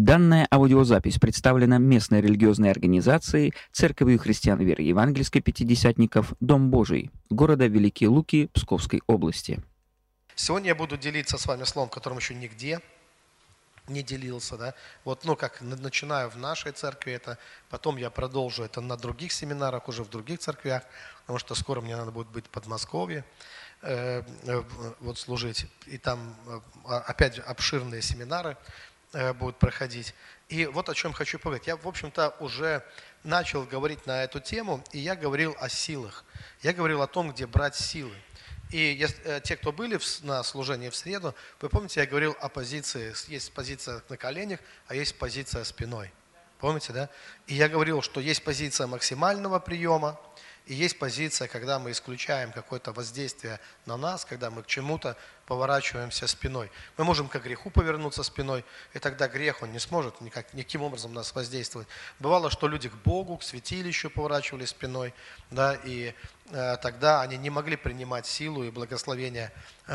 Данная аудиозапись представлена местной религиозной организацией Церковью христиан веры евангельской пятидесятников «Дом Божий» города Великие Луки Псковской области. Сегодня я буду делиться с вами словом, которым еще нигде не делился, да. Как начинаю в нашей церкви это, потом я продолжу это на других семинарах, уже в других церквях, потому что скоро мне надо будет быть в Подмосковье, служить, и там опять обширные семинары будут проходить. И вот о чем хочу поговорить. Я, в общем-то, уже начал говорить на эту тему, и я говорил о силах. Я говорил о том, где брать силы. И те, кто были на служении в среду, вы помните, я говорил о позиции, есть позиция на коленях, а есть позиция спиной. Помните, да? И я говорил, что есть позиция максимального приема, и есть позиция, когда мы исключаем какое-то воздействие на нас, когда мы к чему-то поворачиваемся спиной. Мы можем к греху повернуться спиной, и тогда грех, он не сможет никаким образом нас воздействовать. Бывало, что люди к Богу, к святилищу поворачивали спиной, да, и тогда они не могли принимать силу и благословение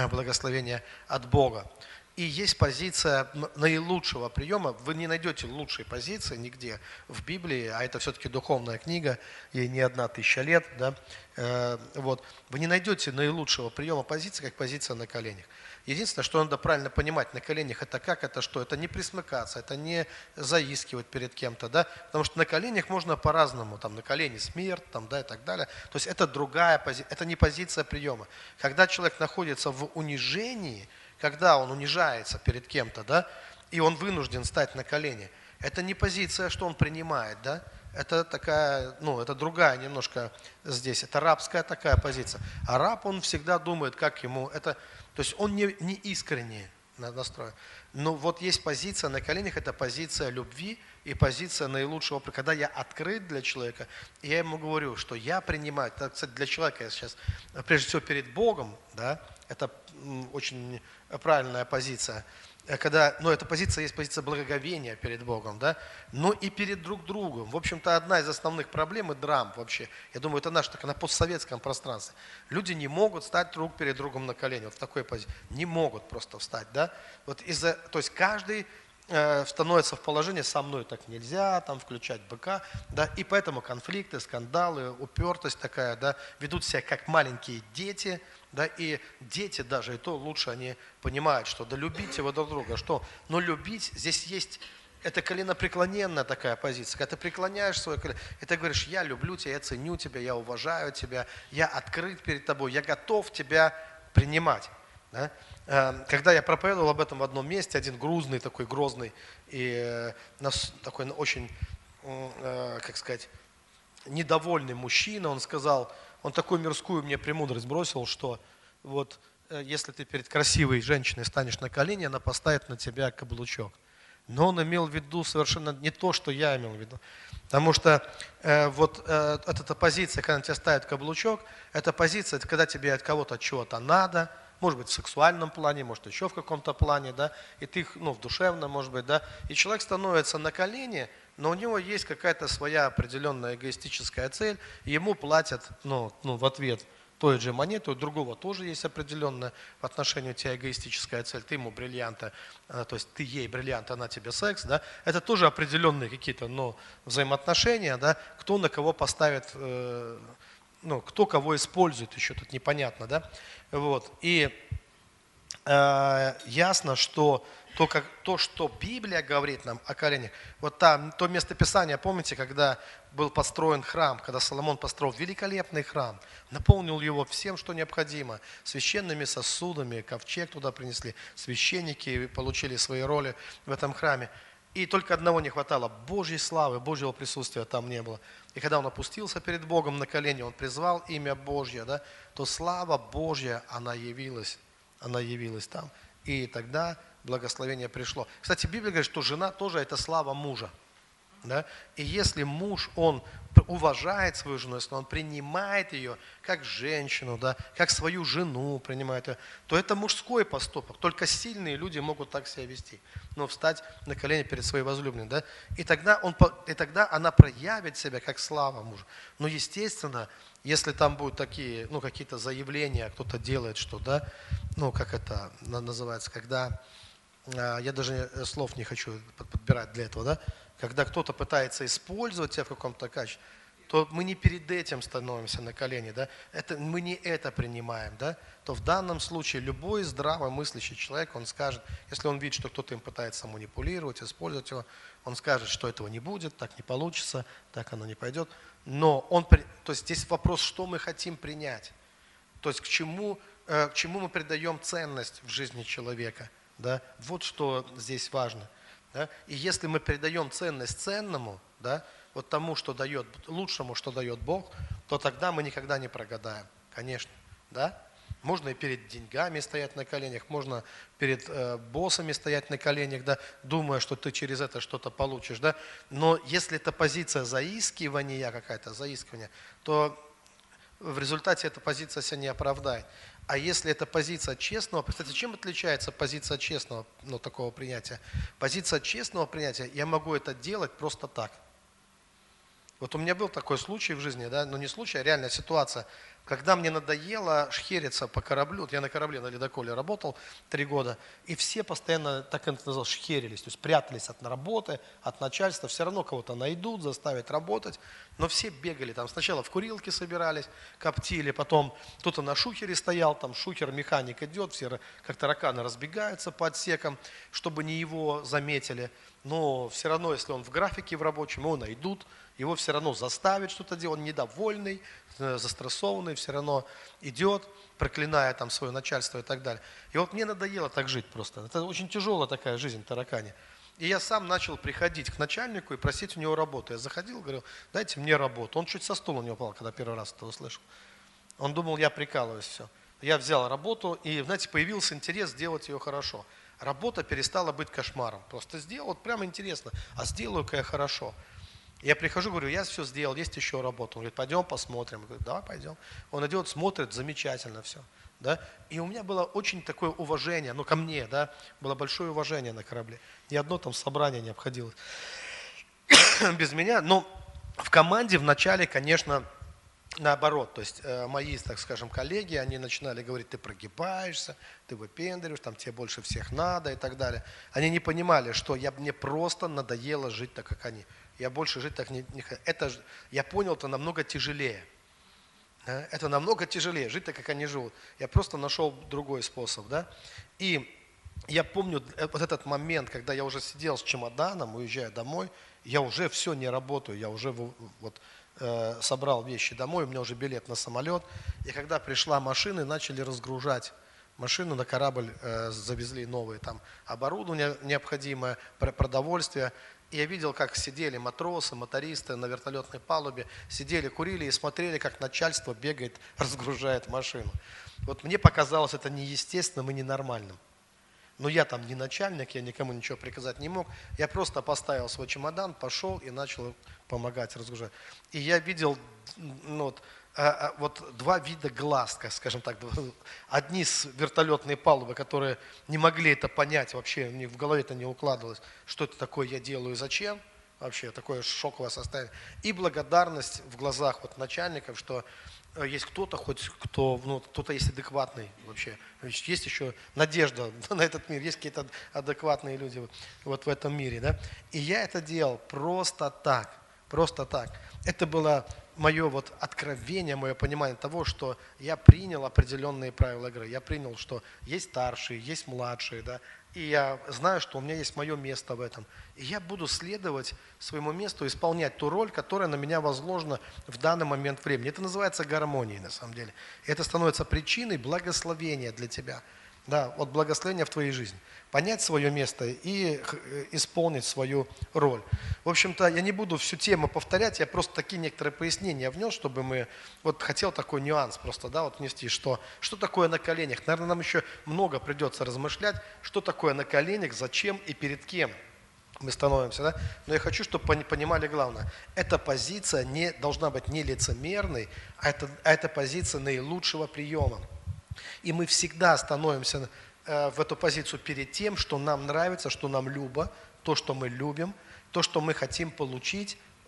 от Бога. И есть позиция наилучшего приема. Вы не найдете лучшей позиции нигде в Библии, а это все-таки духовная книга, ей не 1000 лет. Да? Вы не найдете наилучшего приема позиции, как позиция на коленях. Единственное, что надо правильно понимать, на коленях это как, это что? Это не присмыкаться, это не заискивать перед кем-то, да? Потому что на коленях можно по-разному, там на колени смерть, там, да, и так далее. То есть это другая позиция, это не позиция приема. Когда человек находится в унижении, когда он унижается перед кем-то, да, и он вынужден стать на колени, это не позиция, что он принимает, да, это такая, это другая немножко здесь, это рабская такая позиция. А раб, он всегда думает, как ему это, то есть он не искренне настроен. Но вот есть позиция на коленях, это позиция любви и позиция наилучшего, когда я открыт для человека, и я ему говорю, что я принимаю, это, кстати, для человека я сейчас, прежде всего перед Богом, да, это очень правильная позиция. Эта позиция есть позиция благоговения перед Богом, да, но и перед друг другом. В общем-то, одна из основных проблем и драм вообще, я думаю, это наша на постсоветском пространстве. Люди не могут стать друг перед другом на колени, вот в такой позиции. Не могут просто встать, да. То есть каждый становится в положение, со мной так нельзя, там включать быка, да, и поэтому конфликты, скандалы, упертость такая, да, ведут себя как маленькие дети, да, и дети даже, и то лучше они понимают, что да любите вы друг друга, что, но любить, здесь есть, это коленопреклоненная такая позиция, когда ты преклоняешь свое колено, и ты говоришь, я люблю тебя, я ценю тебя, я уважаю тебя, я открыт перед тобой, я готов тебя принимать. Да? Когда я проповедовал об этом в одном месте, один грузный, такой грозный, и такой очень, недовольный мужчина, он сказал, он такую мирскую мне премудрость бросил, что если ты перед красивой женщиной станешь на колени, она поставит на тебя каблучок. Но он имел в виду совершенно не то, что я имел в виду. Потому что эта позиция, когда на тебя ставят каблучок, это позиция, это когда тебе от кого-то чего-то надо, может быть, в сексуальном плане, может, еще в каком-то плане, да, и ты, в душевном, может быть, да, и человек становится на колени, но у него есть какая-то своя определенная эгоистическая цель, и ему платят, в ответ той же монеты, у другого тоже есть определенная в отношении тебя эгоистическая цель, ты ему бриллианты, то есть ты ей бриллиант, она тебе секс, да, это тоже определенные какие-то, взаимоотношения, да, кто на кого поставит, кто кого использует, еще тут непонятно, да, и ясно, что то, что Библия говорит нам о коленях, то местописание, помните, когда был построен храм, когда Соломон построил великолепный храм, наполнил его всем, что необходимо, священными сосудами, ковчег туда принесли, священники получили свои роли в этом храме. И только одного не хватало, Божьей славы, Божьего присутствия там не было. И когда он опустился перед Богом на колени, он призвал имя Божье, да, то слава Божья, она явилась там. И тогда благословение пришло. Кстати, Библия говорит, что жена тоже это слава мужа. Да? И если муж, он уважает свою жену, если он принимает ее как женщину, да, как свою жену принимает ее, то это мужской поступок. Только сильные люди могут так себя вести. Встать на колени перед своей возлюбленной. Да? И тогда она проявит себя как слава мужа. Но естественно, если там будут такие, какие-то заявления, кто-то делает, что, да, как это называется, когда я даже слов не хочу подбирать для этого, да, когда кто-то пытается использовать тебя в каком-то качестве, то мы не перед этим становимся на колени, да, мы не это принимаем, да, то в данном случае любой здравомыслящий человек, он скажет, если он видит, что кто-то им пытается манипулировать, использовать его, он скажет, что этого не будет, так не получится, так оно не пойдет. Но то есть здесь вопрос, что мы хотим принять, то есть к чему мы придаем ценность в жизни человека, да, вот что здесь важно. Да? И если мы придаем ценность ценному, да, вот тому, что дает, лучшему, что дает Бог, то тогда мы никогда не прогадаем, конечно, да. Можно и перед деньгами стоять на коленях, можно перед боссами стоять на коленях, да, думая, что ты через это что-то получишь, да. Но если это позиция заискивания какая-то, заискивания, то в результате эта позиция себя не оправдает. А если это позиция честного, кстати, чем отличается позиция честного, такого принятия? Позиция честного принятия, я могу это делать просто так. Вот у меня был такой случай в жизни, да, не случай, а реальная ситуация, когда мне надоело шхериться по кораблю, вот я на корабле на ледоколе работал 3 года, и все постоянно, так это называлось, шхерились, то есть прятались от работы, от начальства, все равно кого-то найдут, заставят работать, но все бегали, там сначала в курилке собирались, коптили, потом кто-то на шухере стоял, там шухер-механик идет, все как тараканы разбегаются по отсекам, чтобы не его заметили, но все равно, если он в графике в рабочем, его найдут, его все равно заставят что-то делать, он недовольный, застрессованный, все равно идет, проклиная там свое начальство и так далее. И вот мне надоело так жить просто. Это очень тяжелая такая жизнь в таракане. И я сам начал приходить к начальнику и просить у него работу. Я заходил, говорил, дайте мне работу. Он чуть со стула не упал, когда первый раз это услышал. Он думал, я прикалываюсь, все. Я взял работу, и, знаете, появился интерес сделать ее хорошо. Работа перестала быть кошмаром. Просто сделал, вот прямо интересно, а сделаю-ка я хорошо. Я прихожу, говорю, я все сделал, есть еще работа. Он говорит, пойдем посмотрим. Я говорю, давай пойдем. Он идет, смотрит, замечательно все. Да? И у меня было очень такое уважение, ко мне, да, было большое уважение на корабле. Ни одно там собрание не обходилось без меня. Но в команде вначале, конечно, наоборот. То есть мои, так скажем, коллеги, они начинали говорить, ты прогибаешься, ты выпендриваешь, там тебе больше всех надо и так далее. Они не понимали, что мне просто надоело жить так, как они. Я больше жить так не хочу. Я понял, это намного тяжелее. Это намного тяжелее, жить так, как они живут. Я просто нашел другой способ. Да? И я помню вот этот момент, когда я уже сидел с чемоданом, уезжая домой, я уже все не работаю, я уже собрал вещи домой, у меня уже билет на самолет. И когда пришла машина, начали разгружать машину, на корабль завезли новые там оборудование необходимое, продовольствие. И я видел, как сидели матросы, мотористы на вертолетной палубе, сидели, курили и смотрели, как начальство бегает, разгружает машину. Вот мне показалось это неестественным и ненормальным. Но я там не начальник, я никому ничего приказать не мог. Я просто поставил свой чемодан, пошел и начал помогать разгружать. И я видел вот 2 вида глаз, скажем так. Одни с вертолетной палубы, которые не могли это понять вообще, у них в голове это не укладывалось, что это такое я делаю и зачем. Вообще такое шоковое состояние. И благодарность в глазах начальников, что есть кто-то, кто-то есть адекватный вообще. Есть еще надежда на этот мир, есть какие-то адекватные люди вот в этом мире. Да? И я это делал просто так. Это было мое откровение, мое понимание того, что я принял определенные правила игры. Я принял, что есть старшие, есть младшие, да, и я знаю, что у меня есть мое место в этом. И я буду следовать своему месту, исполнять ту роль, которая на меня возложена в данный момент времени. Это называется гармонией, на самом деле. И это становится причиной благословения для тебя. Да, благословения в твоей жизни. Понять свое место и исполнить свою роль. В общем-то, я не буду всю тему повторять, я просто такие некоторые пояснения внес, чтобы мы, хотел такой нюанс просто, внести, что такое на коленях. Наверное, нам еще много придется размышлять, что такое на коленях, зачем и перед кем мы становимся. Да? Но я хочу, чтобы понимали главное. Эта позиция не должна быть не лицемерной, а это позиция наилучшего приема. И мы всегда становимся в эту позицию перед тем, что нам нравится, что нам любо, то, что мы любим, то, что мы хотим получить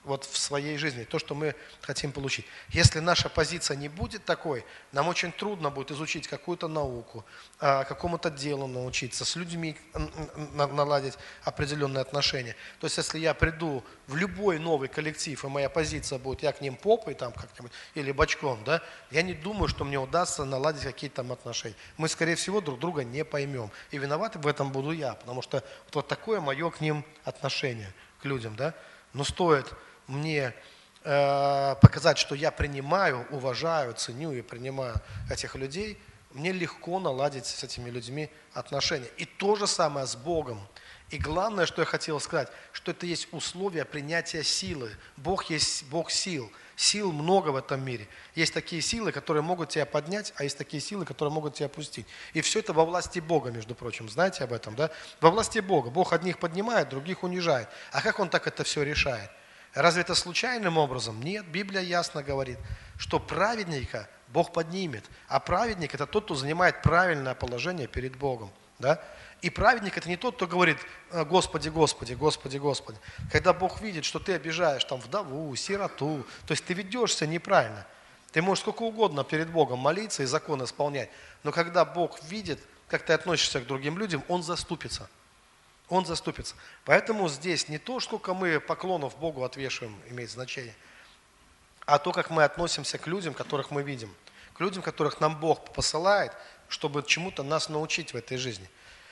вот в своей жизни, то, что мы хотим получить. Если наша позиция не будет такой, нам очень трудно будет изучить какую-то науку, какому-то делу научиться, с людьми наладить определенные отношения. То есть, если я приду в любой новый коллектив, и моя позиция будет, я к ним попой там как-нибудь, или бочком, да, я не думаю, что мне удастся наладить какие-то там отношения. Мы, скорее всего, друг друга не поймем. И виноват в этом буду я, потому что вот такое мое к ним отношение, к людям, да. Но стоит мне показать, что я принимаю, уважаю, ценю и принимаю этих людей, мне легко наладить с этими людьми отношения. И то же самое с Богом. И главное, что я хотел сказать, что это есть условие принятия силы. Бог есть Бог сил. Сил много в этом мире. Есть такие силы, которые могут тебя поднять, а есть такие силы, которые могут тебя опустить. И все это во власти Бога, между прочим. Знаете об этом, да? Во власти Бога. Бог одних поднимает, других унижает. А как Он так это все решает? Разве это случайным образом? Нет, Библия ясно говорит, что праведника Бог поднимет. А праведник – это тот, кто занимает правильное положение перед Богом. Да? И праведник – это не тот, кто говорит: Господи, Господи, Господи, Господи. Когда Бог видит, что ты обижаешь там вдову, сироту, то есть ты ведешься неправильно. Ты можешь сколько угодно перед Богом молиться и закон исполнять, но когда Бог видит, как ты относишься к другим людям, Он заступится. Он заступится. Поэтому здесь не то, сколько мы поклонов Богу отвешиваем, имеет значение, а то, как мы относимся к людям, которых мы видим. К людям, которых нам Бог посылает, чтобы чему-то нас научить в этой жизни.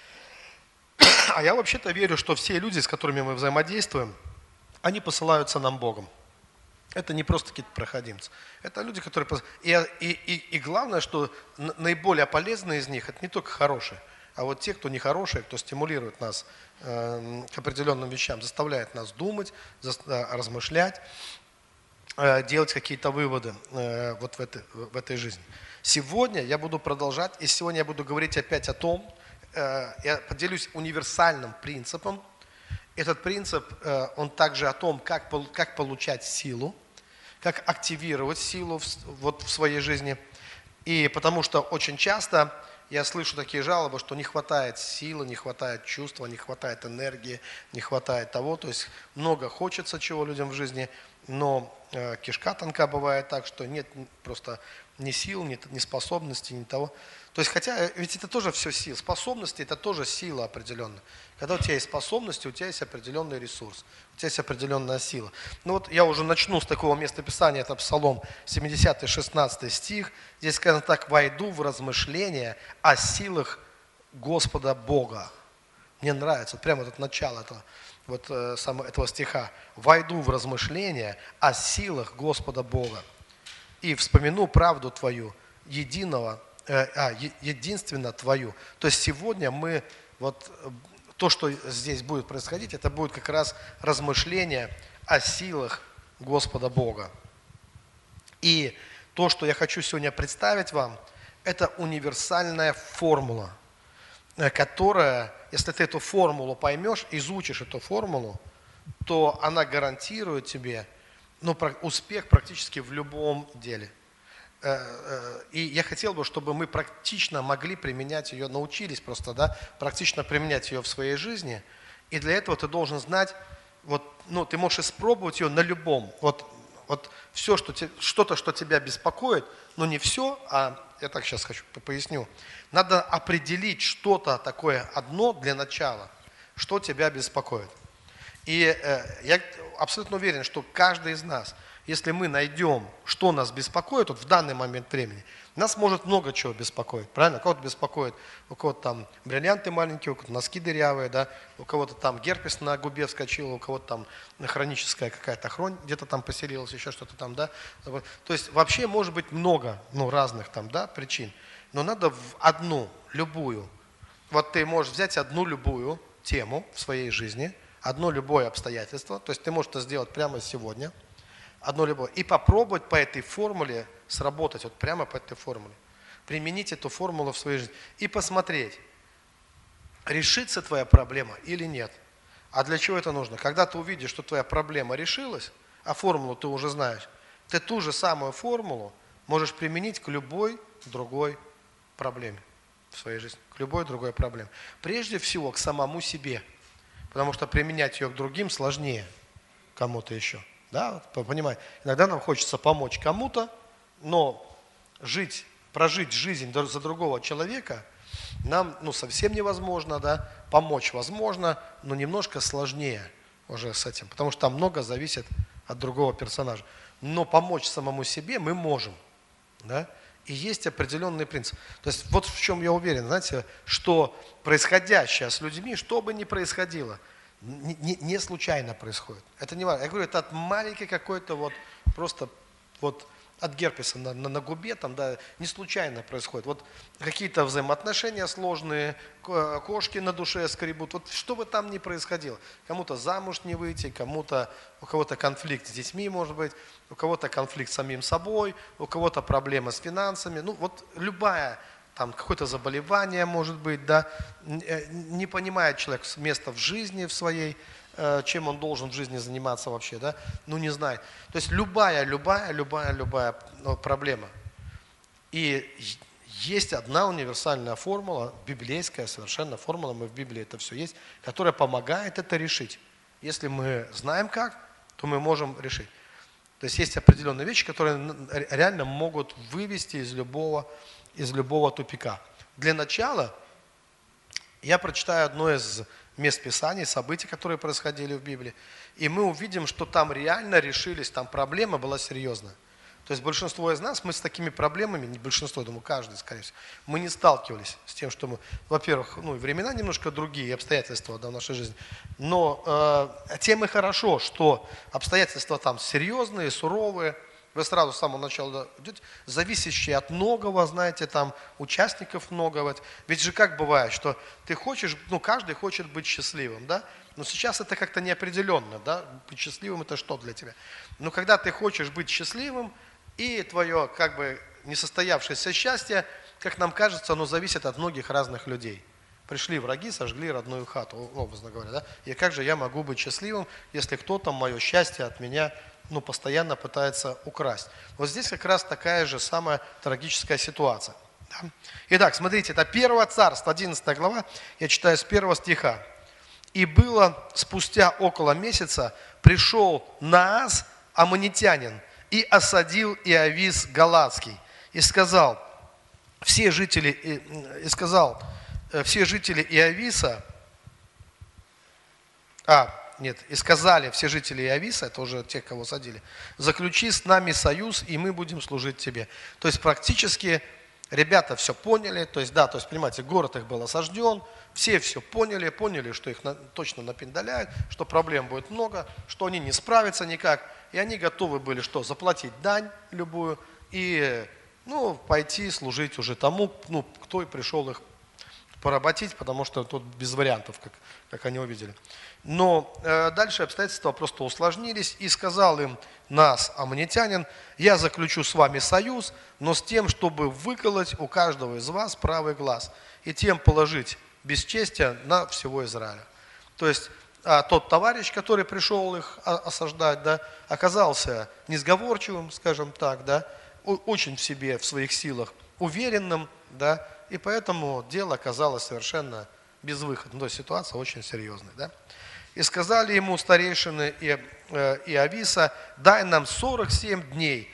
А я вообще-то верю, что все люди, с которыми мы взаимодействуем, они посылаются нам Богом. Это не просто какие-то проходимцы. Это люди, которые... И главное, что наиболее полезные из них, это не только хорошие, а вот те, кто нехорошие, кто стимулирует нас к определенным вещам, заставляет нас думать, размышлять, делать какие-то выводы вот в этой жизни. Сегодня я буду продолжать, и сегодня я буду говорить опять о том, я поделюсь универсальным принципом. Этот принцип, он также о том, как получать силу, как активировать силу в своей жизни. И потому что очень часто я слышу такие жалобы, что не хватает силы, не хватает чувства, не хватает энергии, не хватает того. То есть много хочется чего людям в жизни, но кишка тонка, бывает так, что нет просто ни сил, ни способностей, ни того. То есть, хотя, ведь это тоже все сила. Способности – это тоже сила определенная. Когда у тебя есть способности, у тебя есть определенный ресурс, у тебя есть определенная сила. Ну вот я уже начну с такого места Писания, это Псалом 70, 16 стих. Здесь сказано так: «Войду в размышления о силах Господа Бога». Мне нравится, вот прямо это начало этого стиха. «Войду в размышления о силах Господа Бога и вспомяну правду Твою, единственно Твою». То есть сегодня мы, то, что здесь будет происходить, это будет как раз размышление о силах Господа Бога. И то, что я хочу сегодня представить вам, это универсальная формула, которая, если ты эту формулу поймешь, изучишь эту формулу, то она гарантирует тебе успех практически в любом деле. И я хотел бы, чтобы мы практично могли применять ее, научились просто, практично применять ее в своей жизни. И для этого ты должен знать, ты можешь испробовать ее на любом. Все, что-то, что тебя беспокоит, но не все, а я так сейчас поясню. Надо определить что-то такое одно для начала, что тебя беспокоит. И я абсолютно уверен, что каждый из нас, если мы найдем, что нас беспокоит в данный момент времени, нас может много чего беспокоить, правильно? Кого-то беспокоит, у кого-то там бриллианты маленькие, у кого-то носки дырявые, у кого-то там герпес на губе вскочил, у кого-то там хроническая какая-то хронь где-то там поселилась, еще что-то там, То есть вообще может быть много, разных там, причин. Но надо в одну, любую. Ты можешь взять одну любую тему в своей жизни, одно любое обстоятельство, то есть ты можешь это сделать прямо сегодня, одно любое, и попробовать по этой формуле сработать, прямо по этой формуле, применить эту формулу в своей жизни и посмотреть, решится твоя проблема или нет. А для чего это нужно? Когда ты увидишь, что твоя проблема решилась, а формулу ты уже знаешь, ты ту же самую формулу можешь применить к любой другой проблеме в своей жизни, к любой другой проблеме. Прежде всего к самому себе, потому что применять ее к другим сложнее кому-то еще. Да, понимаете? Иногда нам хочется помочь кому-то, но прожить жизнь за другого человека нам совсем невозможно, да, помочь возможно, но немножко сложнее уже с этим, потому что там много зависит от другого персонажа. Но помочь самому себе мы можем, да, и есть определенный принцип. То есть вот в чем я уверен, знаете, что происходящее с людьми, что бы ни происходило, не случайно происходит. Это не важно. Я говорю, это от маленькой какой-то просто от герпеса на губе, там, да, не случайно происходит. Вот какие-то взаимоотношения сложные, кошки на душе скребут. Вот что бы там ни происходило. Кому-то замуж не выйти, у кого-то конфликт с детьми, может быть, у кого-то конфликт с самим собой, у кого-то проблема с финансами. Вот любая, там, какое-то заболевание, может быть, да, не понимает человек места в жизни в своей, чем он должен в жизни заниматься вообще, да, не знает. То есть любая проблема. И есть одна универсальная формула, библейская совершенно формула, мы в Библии это все есть, которая помогает это решить. Если мы знаем как, то мы можем решить. То есть есть определенные вещи, которые реально могут вывести из любого тупика. Для начала я прочитаю одно из мест Писаний, событий, которые происходили в Библии, и мы увидим, что там реально решились, там проблема была серьезная. То есть большинство из нас, мы с такими проблемами, не большинство, я думаю, каждый, скорее всего, мы не сталкивались с тем, что мы, во-первых, времена немножко другие, обстоятельства в нашей жизни, но тем и хорошо, что обстоятельства там серьезные, суровые. Вы сразу с самого начала идете, зависящие от многого, знаете, там участников много. Ведь же как бывает, что ты хочешь, каждый хочет быть счастливым, да? Но сейчас это как-то неопределенно, да? Быть счастливым это что для тебя? Но когда ты хочешь быть счастливым, и твое как бы несостоявшееся счастье, как нам кажется, оно зависит от многих разных людей. Пришли враги, сожгли родную хату, образно говоря, да? И как же я могу быть счастливым, если кто-то мое счастье от меня постоянно пытается украсть. Вот здесь как раз такая же самая трагическая ситуация. Да? Итак, смотрите, это 1 Царство, 11 глава, я читаю с 1 стиха. «И было спустя около месяца, пришел Наас, аммонитянин, и осадил Иовис Галаадский, и сказал, все жители Иовиса, и сказали все жители Иовиса, это уже те, кого садили, заключи с нами союз, и мы будем служить тебе». То есть практически ребята все поняли, то есть понимаете, город их был осажден, все поняли, что их точно напиндаляют, что проблем будет много, что они не справятся никак, и они готовы были что, заплатить дань любую и пойти служить уже тому, кто и пришел их поработить, потому что тут без вариантов, как они увидели. Но дальше обстоятельства просто усложнились, и сказал им Наас, аммонитянин, я заключу с вами союз, но с тем, чтобы выколоть у каждого из вас правый глаз, и тем положить бесчестие на всего Израиля. То есть тот товарищ, который пришел их осаждать, да, оказался несговорчивым, скажем так, да, очень в себе, в своих силах, уверенным, да, и поэтому дело оказалось совершенно безвыходным. То есть ситуация очень серьезная. Да? И сказали ему старейшины Иовиса, дай нам 47 дней.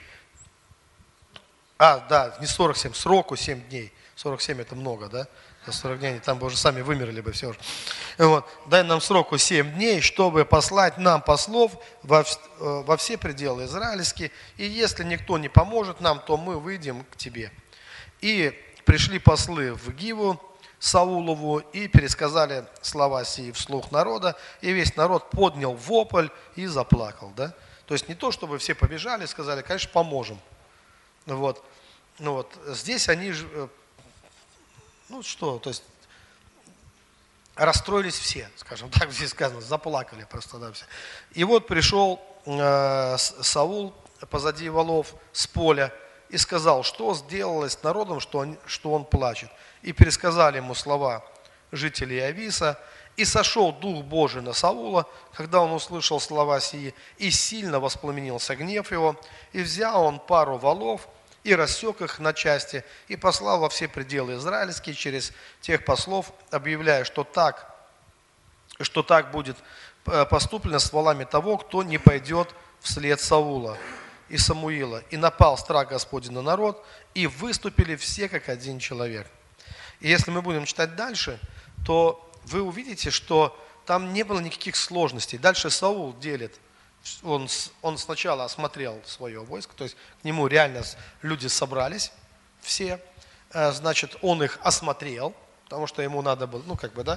Не 47, сроку 7 дней. 47 это много, да? За 40 дней там бы уже сами вымерли бы все. Дай нам сроку 7 дней, чтобы послать нам послов во все пределы израильские. И если никто не поможет нам, то мы выйдем к тебе. И пришли послы в Гиву Саулову и пересказали слова сии вслух народа, и весь народ поднял вопль и заплакал. Да? То есть не то, чтобы все побежали, сказали, конечно, поможем. Здесь они то есть расстроились все, скажем так, здесь сказано, заплакали просто. Да, все. И пришел Саул позади валов с поля, и сказал, что сделалось с народом, что он плачет. И пересказали ему слова жителей Иовиса. И сошел Дух Божий на Саула, когда он услышал слова сии, и сильно воспламенился гнев его. И взял он пару валов, и рассек их на части, и послал во все пределы израильские через тех послов, объявляя, что так будет поступлено стволами того, кто не пойдет вслед Саула и Самуила. И напал страх Господень на народ, и выступили все как один человек. И если мы будем читать дальше, то вы увидите, что там не было никаких сложностей. Дальше Саул делит. Он сначала осмотрел свое войско, то есть к нему реально люди собрались все. Значит, он их осмотрел, потому что ему надо было,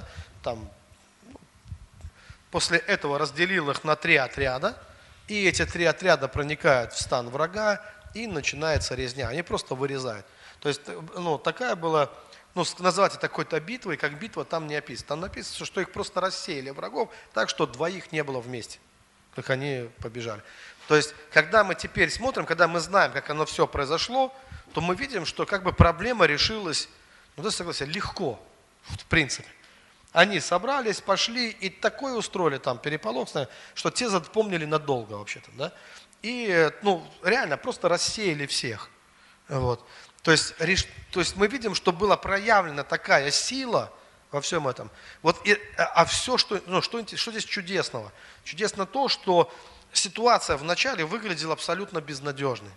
после этого разделил их на 3 отряда, и эти 3 отряда проникают в стан врага, и начинается резня. Они просто вырезают. То есть, такая была, назвать это какой-то битвой, как битва там не описано. Там написано, что их просто рассеяли врагов, так что 2 не было вместе, как они побежали. То есть, когда мы теперь смотрим, когда мы знаем, как оно все произошло, то мы видим, что как бы проблема решилась, согласен, легко, в принципе. Они собрались, пошли и такой устроили там переполох, что те запомнили надолго вообще-то, да? И, реально просто рассеяли всех. Вот. То есть мы видим, что была проявлена такая сила во всем этом. Все, что здесь чудесного? Чудесно то, что ситуация вначале выглядела абсолютно безнадежной.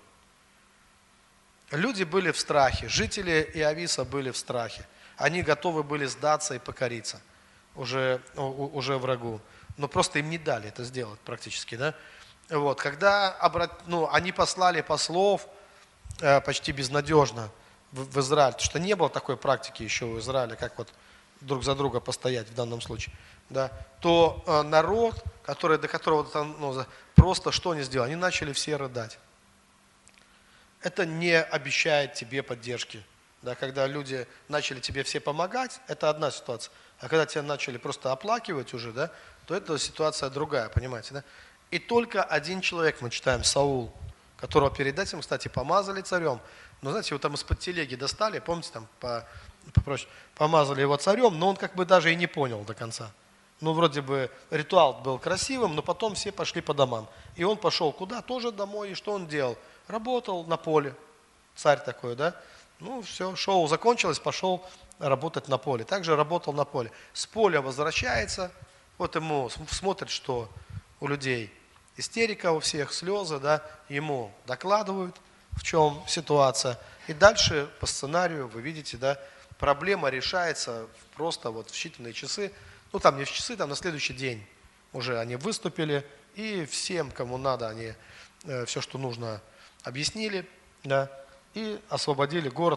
Люди были в страхе, жители Иависа были в страхе. Они готовы были сдаться и покориться уже врагу. Но просто им не дали это сделать практически. Да? Вот. Когда они послали послов почти безнадежно в Израиль, потому что не было такой практики еще в Израиле, как друг за друга постоять в данном случае, да, то народ, до которого просто что они сделали? Они начали все рыдать. Это не обещает тебе поддержки. Да, когда люди начали тебе все помогать, это одна ситуация. А когда тебя начали просто оплакивать уже, да, то это ситуация другая, понимаете, да? И только один человек, мы читаем, Саул, которого перед этим, кстати, помазали царем. Но знаете, его там из-под телеги достали, помните, там попроще, помазали его царем, но он как бы даже и не понял до конца. Вроде бы ритуал был красивым, но потом все пошли по домам. И он пошел куда? Тоже домой. И что он делал? Работал на поле. Царь такой, да? Все, шоу закончилось, пошел работать на поле. Также работал на поле. С поля возвращается, ему смотрит, что у людей истерика у всех, слезы, да? Ему докладывают, в чем ситуация. И дальше по сценарию вы видите, да, проблема решается просто в считанные часы. Там не в часы, там на следующий день уже они выступили, и всем, кому надо, они все, что нужно, объяснили, да, и освободили город,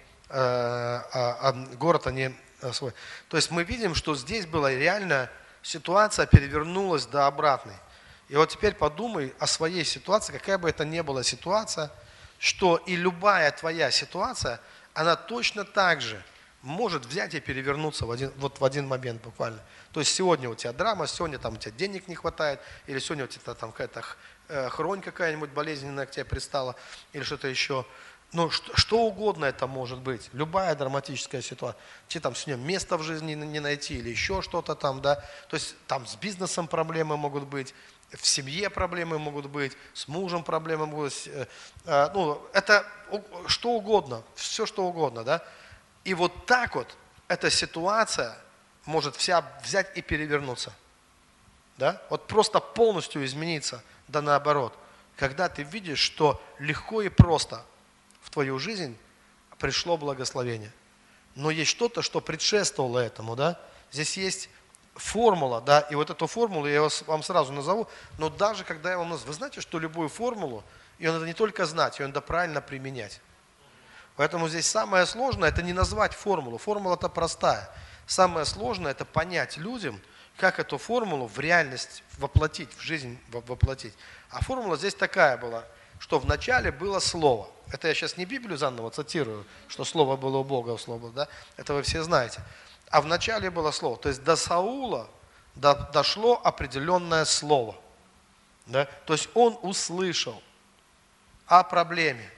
свой. То есть мы видим, что здесь была реально ситуация перевернулась до обратной. И теперь подумай о своей ситуации, какая бы это ни была ситуация, что и любая твоя ситуация, она точно так же может взять и перевернуться в один момент буквально. То есть сегодня у тебя драма, сегодня у тебя денег не хватает, или сегодня у тебя там какая-то хронь какая-нибудь болезненная к тебе пристала, или что-то еще. Что угодно это может быть, любая драматическая ситуация. Тебе там сегодня место в жизни не найти, или еще что-то там, да. То есть там с бизнесом проблемы могут быть, в семье проблемы могут быть, с мужем проблемы могут быть. Это что угодно, все что угодно, да. И так эта ситуация может вся взять и перевернуться. Да? Просто полностью измениться, да наоборот. Когда ты видишь, что легко и просто в твою жизнь пришло благословение. Но есть что-то, что предшествовало этому. Да? Здесь есть формула, да, и эту формулу я вам сразу назову, но даже когда я вам назову, вы знаете, что любую формулу, ее надо не только знать, ее надо правильно применять. Поэтому здесь самое сложное – это не назвать формулу. Формула-то простая. Самое сложное – это понять людям, как эту формулу в реальность воплотить, в жизнь воплотить. А формула здесь такая была, что вначале было Слово. Это я сейчас не Библию заново цитирую, что Слово было у Бога, Слово, да? Это вы все знаете. А вначале было Слово. То есть до Саула дошло определенное Слово. Да? То есть он услышал о проблеме.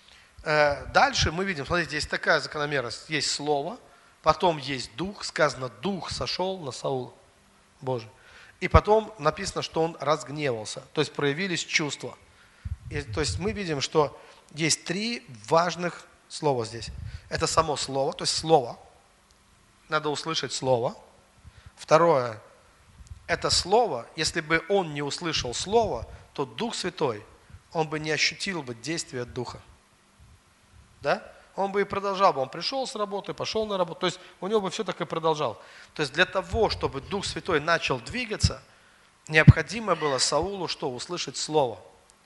Дальше мы видим, смотрите, есть такая закономерность. Есть Слово, потом есть Дух, сказано, Дух сошел на Саула Божий. И потом написано, что он разгневался, то есть проявились чувства. То есть мы видим, что есть 3 важных слова здесь. Это само Слово, то есть Слово. Надо услышать Слово. Второе, это слово, если бы он не услышал слово, то Дух Святой, он бы не ощутил бы действия Духа. Да? Он бы и продолжал бы. Он пришел с работы, пошел на работу. То есть у него бы все так и продолжал. То есть для того, чтобы Дух Святой начал двигаться, необходимо было Саулу что? Услышать слово.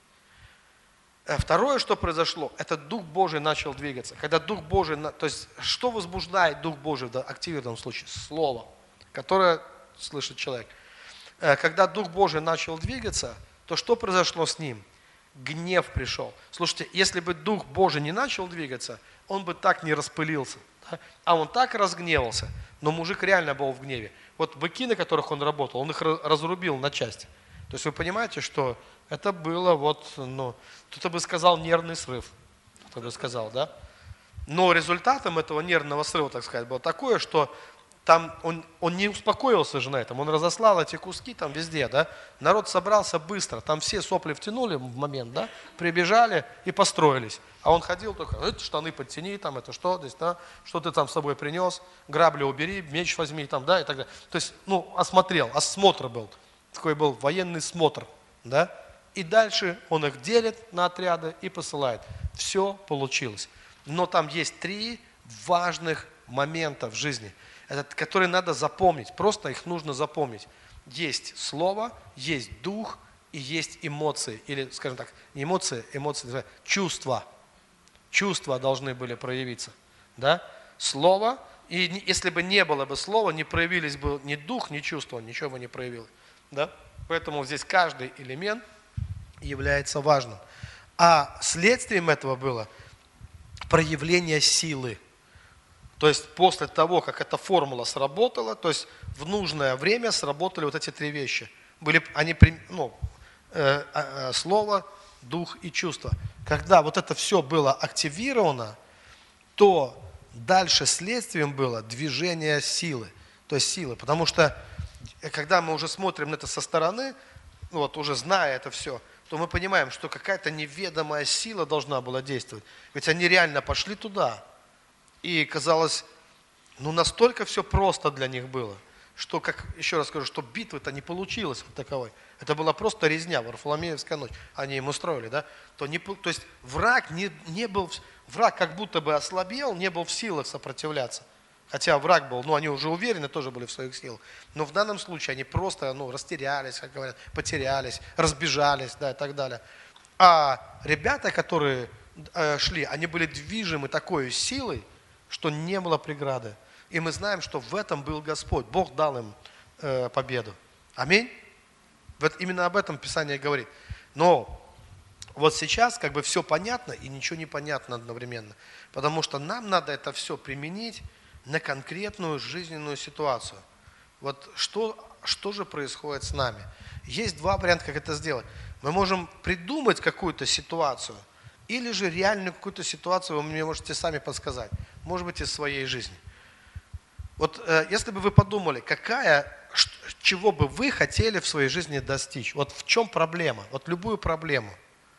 Второе, что произошло, это Дух Божий начал двигаться. Когда Дух Божий, то есть что возбуждает Дух Божий в активированном случае? Слово, которое слышит человек. Когда Дух Божий начал двигаться, то что произошло с ним? Гнев пришел. Слушайте, если бы Дух Божий не начал двигаться, он бы так не распылился. Да? А он так разгневался, но мужик реально был в гневе. Вот быки, на которых он работал, он их разрубил на части. То есть вы понимаете, что это было кто-то бы сказал нервный срыв. Кто-то бы сказал, да? Но результатом этого нервного срыва, так сказать, было такое, что там он не успокоился же на этом, он разослал эти куски там везде, да? Народ собрался быстро, там все сопли втянули в момент, да? Прибежали и построились. А он ходил только, это штаны подтяни, там, это что здесь, да? Что ты там с собой принес, грабли убери, меч возьми, там, да, и так далее. То есть, осмотр был, такой был военный смотр, да? И дальше он их делит на отряды и посылает. Все получилось. Но там есть 3 важных момента в жизни, которые надо запомнить. Просто их нужно запомнить. Есть слово, есть дух и есть эмоции. Или, скажем так, не эмоции, чувства. Чувства должны были проявиться. Да? Слово. И если бы не было бы слова, не проявились бы ни дух, ни чувства, ничего бы не проявилось. Да? Поэтому здесь каждый элемент является важным. А следствием этого было проявление силы. То есть после того, как эта формула сработала, то есть в нужное время сработали вот эти 3 вещи. Слово, дух и чувство. Когда вот это все было активировано, то дальше следствием было движение силы. То есть силы. Потому что когда мы уже смотрим на это со стороны, уже зная это все, то мы понимаем, что какая-то неведомая сила должна была действовать. Ведь они реально пошли туда. И казалось, настолько все просто для них было, что, еще раз скажу, что битвы-то не получилось вот таковой. Это была просто резня, Варфоломеевская ночь. Они им устроили, да? То есть враг враг как будто бы ослабел, не был в силах сопротивляться. Хотя враг был, они уже уверены, тоже были в своих силах. Но в данном случае они просто, растерялись, как говорят, потерялись, разбежались, да, и так далее. А ребята, которые шли, они были движимы такой силой, что не было преграды. И мы знаем, что в этом был Господь. Бог дал им победу. Аминь. Вот именно об этом Писание говорит. Но вот сейчас все понятно и ничего не понятно одновременно. Потому что нам надо это все применить на конкретную жизненную ситуацию. Вот что же происходит с нами? Есть 2 варианта, как это сделать. Мы можем придумать какую-то ситуацию, или же реальную какую-то ситуацию вы мне можете сами подсказать. Может быть, из своей жизни. Вот если бы вы подумали, чего бы вы хотели в своей жизни достичь? Вот в чем проблема? Вот любую проблему.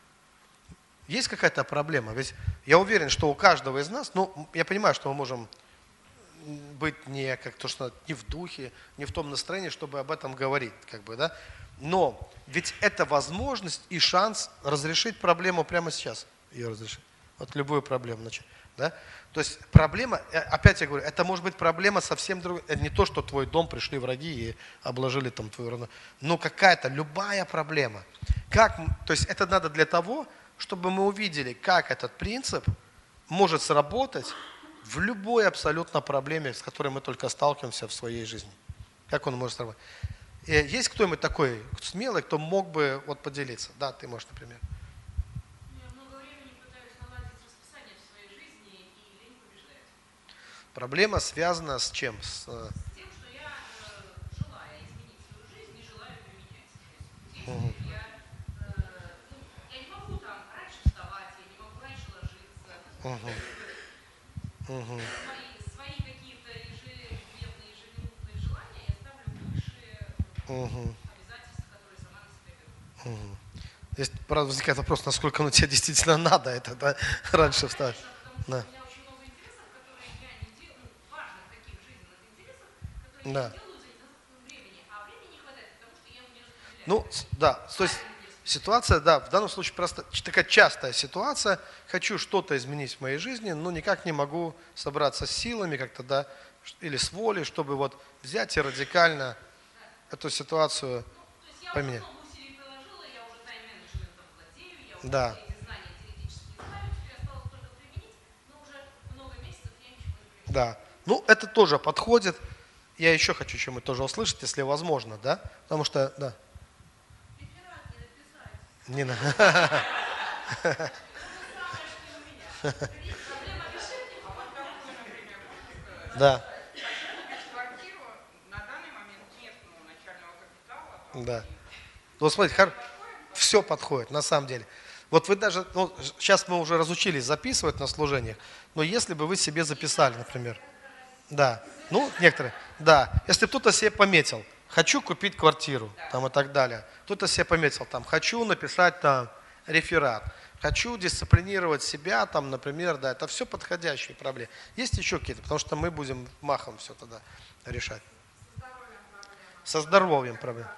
Есть какая-то проблема? Ведь я уверен, что у каждого из нас, я понимаю, что мы можем быть не в духе, не в том настроении, чтобы об этом говорить, да? Но ведь это возможность и шанс разрешить проблему прямо сейчас. Ее разрешить. Вот любую проблему начать. Да? То есть проблема, опять я говорю, это может быть проблема совсем другая. Это не то, что твой дом пришли враги и обложили там твою родину. Но какая-то, любая проблема. То есть это надо для того, чтобы мы увидели, как этот принцип может сработать в любой абсолютно проблеме, с которой мы только сталкиваемся в своей жизни. Как он может сработать? Есть кто-нибудь такой смелый, кто мог бы поделиться? Да, ты можешь, например. Я много времени пытаюсь наладить расписание в своей жизни, и лень побеждает. Проблема связана с чем? С тем, что я желаю изменить свою жизнь, не желаю ее менять. Я не могу раньше вставать, я не могу раньше ложиться. Свои какие-то ежедневные, ежеминутные желания я ставлю выше обязательств, которые сама на себя беру. Здесь, правда, возникает вопрос, насколько тебе действительно надо это, раньше встать. Потому что у меня очень много интересов, которые я не делаю, важных таких жизненных интересов, которые я не делаю за недостатком времени. А времени не хватает Ну, да, то есть ситуация, да, в данном случае просто такая частая ситуация. Хочу что-то изменить в моей жизни, но никак не могу собраться с силами как-то, да, или с волей, чтобы вот взять и радикально эту ситуацию То есть я уже поменять. много усилий приложила, я уже тайм-менеджментом владею, я уже Да, все эти знания теоретически знаю, теперь осталось только применить, но уже много месяцев я ничего не применяю. да. Ну, это тоже подходит. Я еще хочу что-нибудь тоже услышать, если возможно, да? Потому что, да. Реферат не написать. Не на- Проблема решения. А вот как вы, например, будете сказать, Да, купить квартиру, на данный момент нет начального капитала, то да. и Вот смотрите, все подходит, на самом деле. Вот вы даже, ну, сейчас мы уже разучились записывать на служениях, но если бы вы себе записали, например, да, ну, некоторые, да, если кто-то себе пометил, хочу купить квартиру, там и так далее, кто-то себе пометил, там, хочу написать там реферат, хочу дисциплинировать себя, там, например, да, это все подходящие проблемы. Есть еще какие-то, потому что мы будем махом все тогда решать. Со здоровьем проблемы.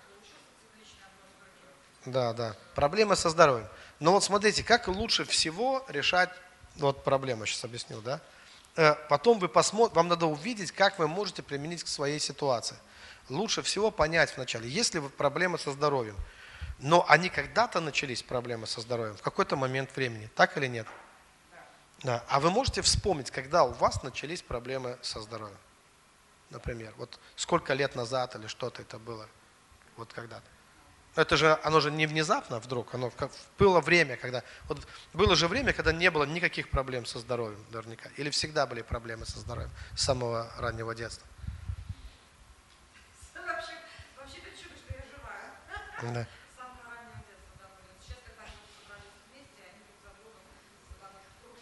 Да, да. Проблемы со здоровьем. Но вот смотрите, как лучше всего решать вот проблему, сейчас объясню, да? Потом вы посмотрите, вам надо увидеть, как вы можете применить к своей ситуации. Лучше всего понять вначале, есть ли проблемы со здоровьем. Но они когда-то начались, проблемы со здоровьем, в какой-то момент времени, так или нет? Да. А вы можете вспомнить, когда у вас начались проблемы со здоровьем? Например, вот сколько лет назад или что-то это было? Вот когда-то. Это же, оно же не внезапно вдруг, оно было время, когда, вот было же время, когда не было никаких проблем со здоровьем наверняка, или всегда были проблемы со здоровьем с самого раннего детства. Вообще-то чудо, что я живая. Да. С самого раннего детства довольно. Сейчас, когда мы собрались вместе, они друг за другом, потому что круг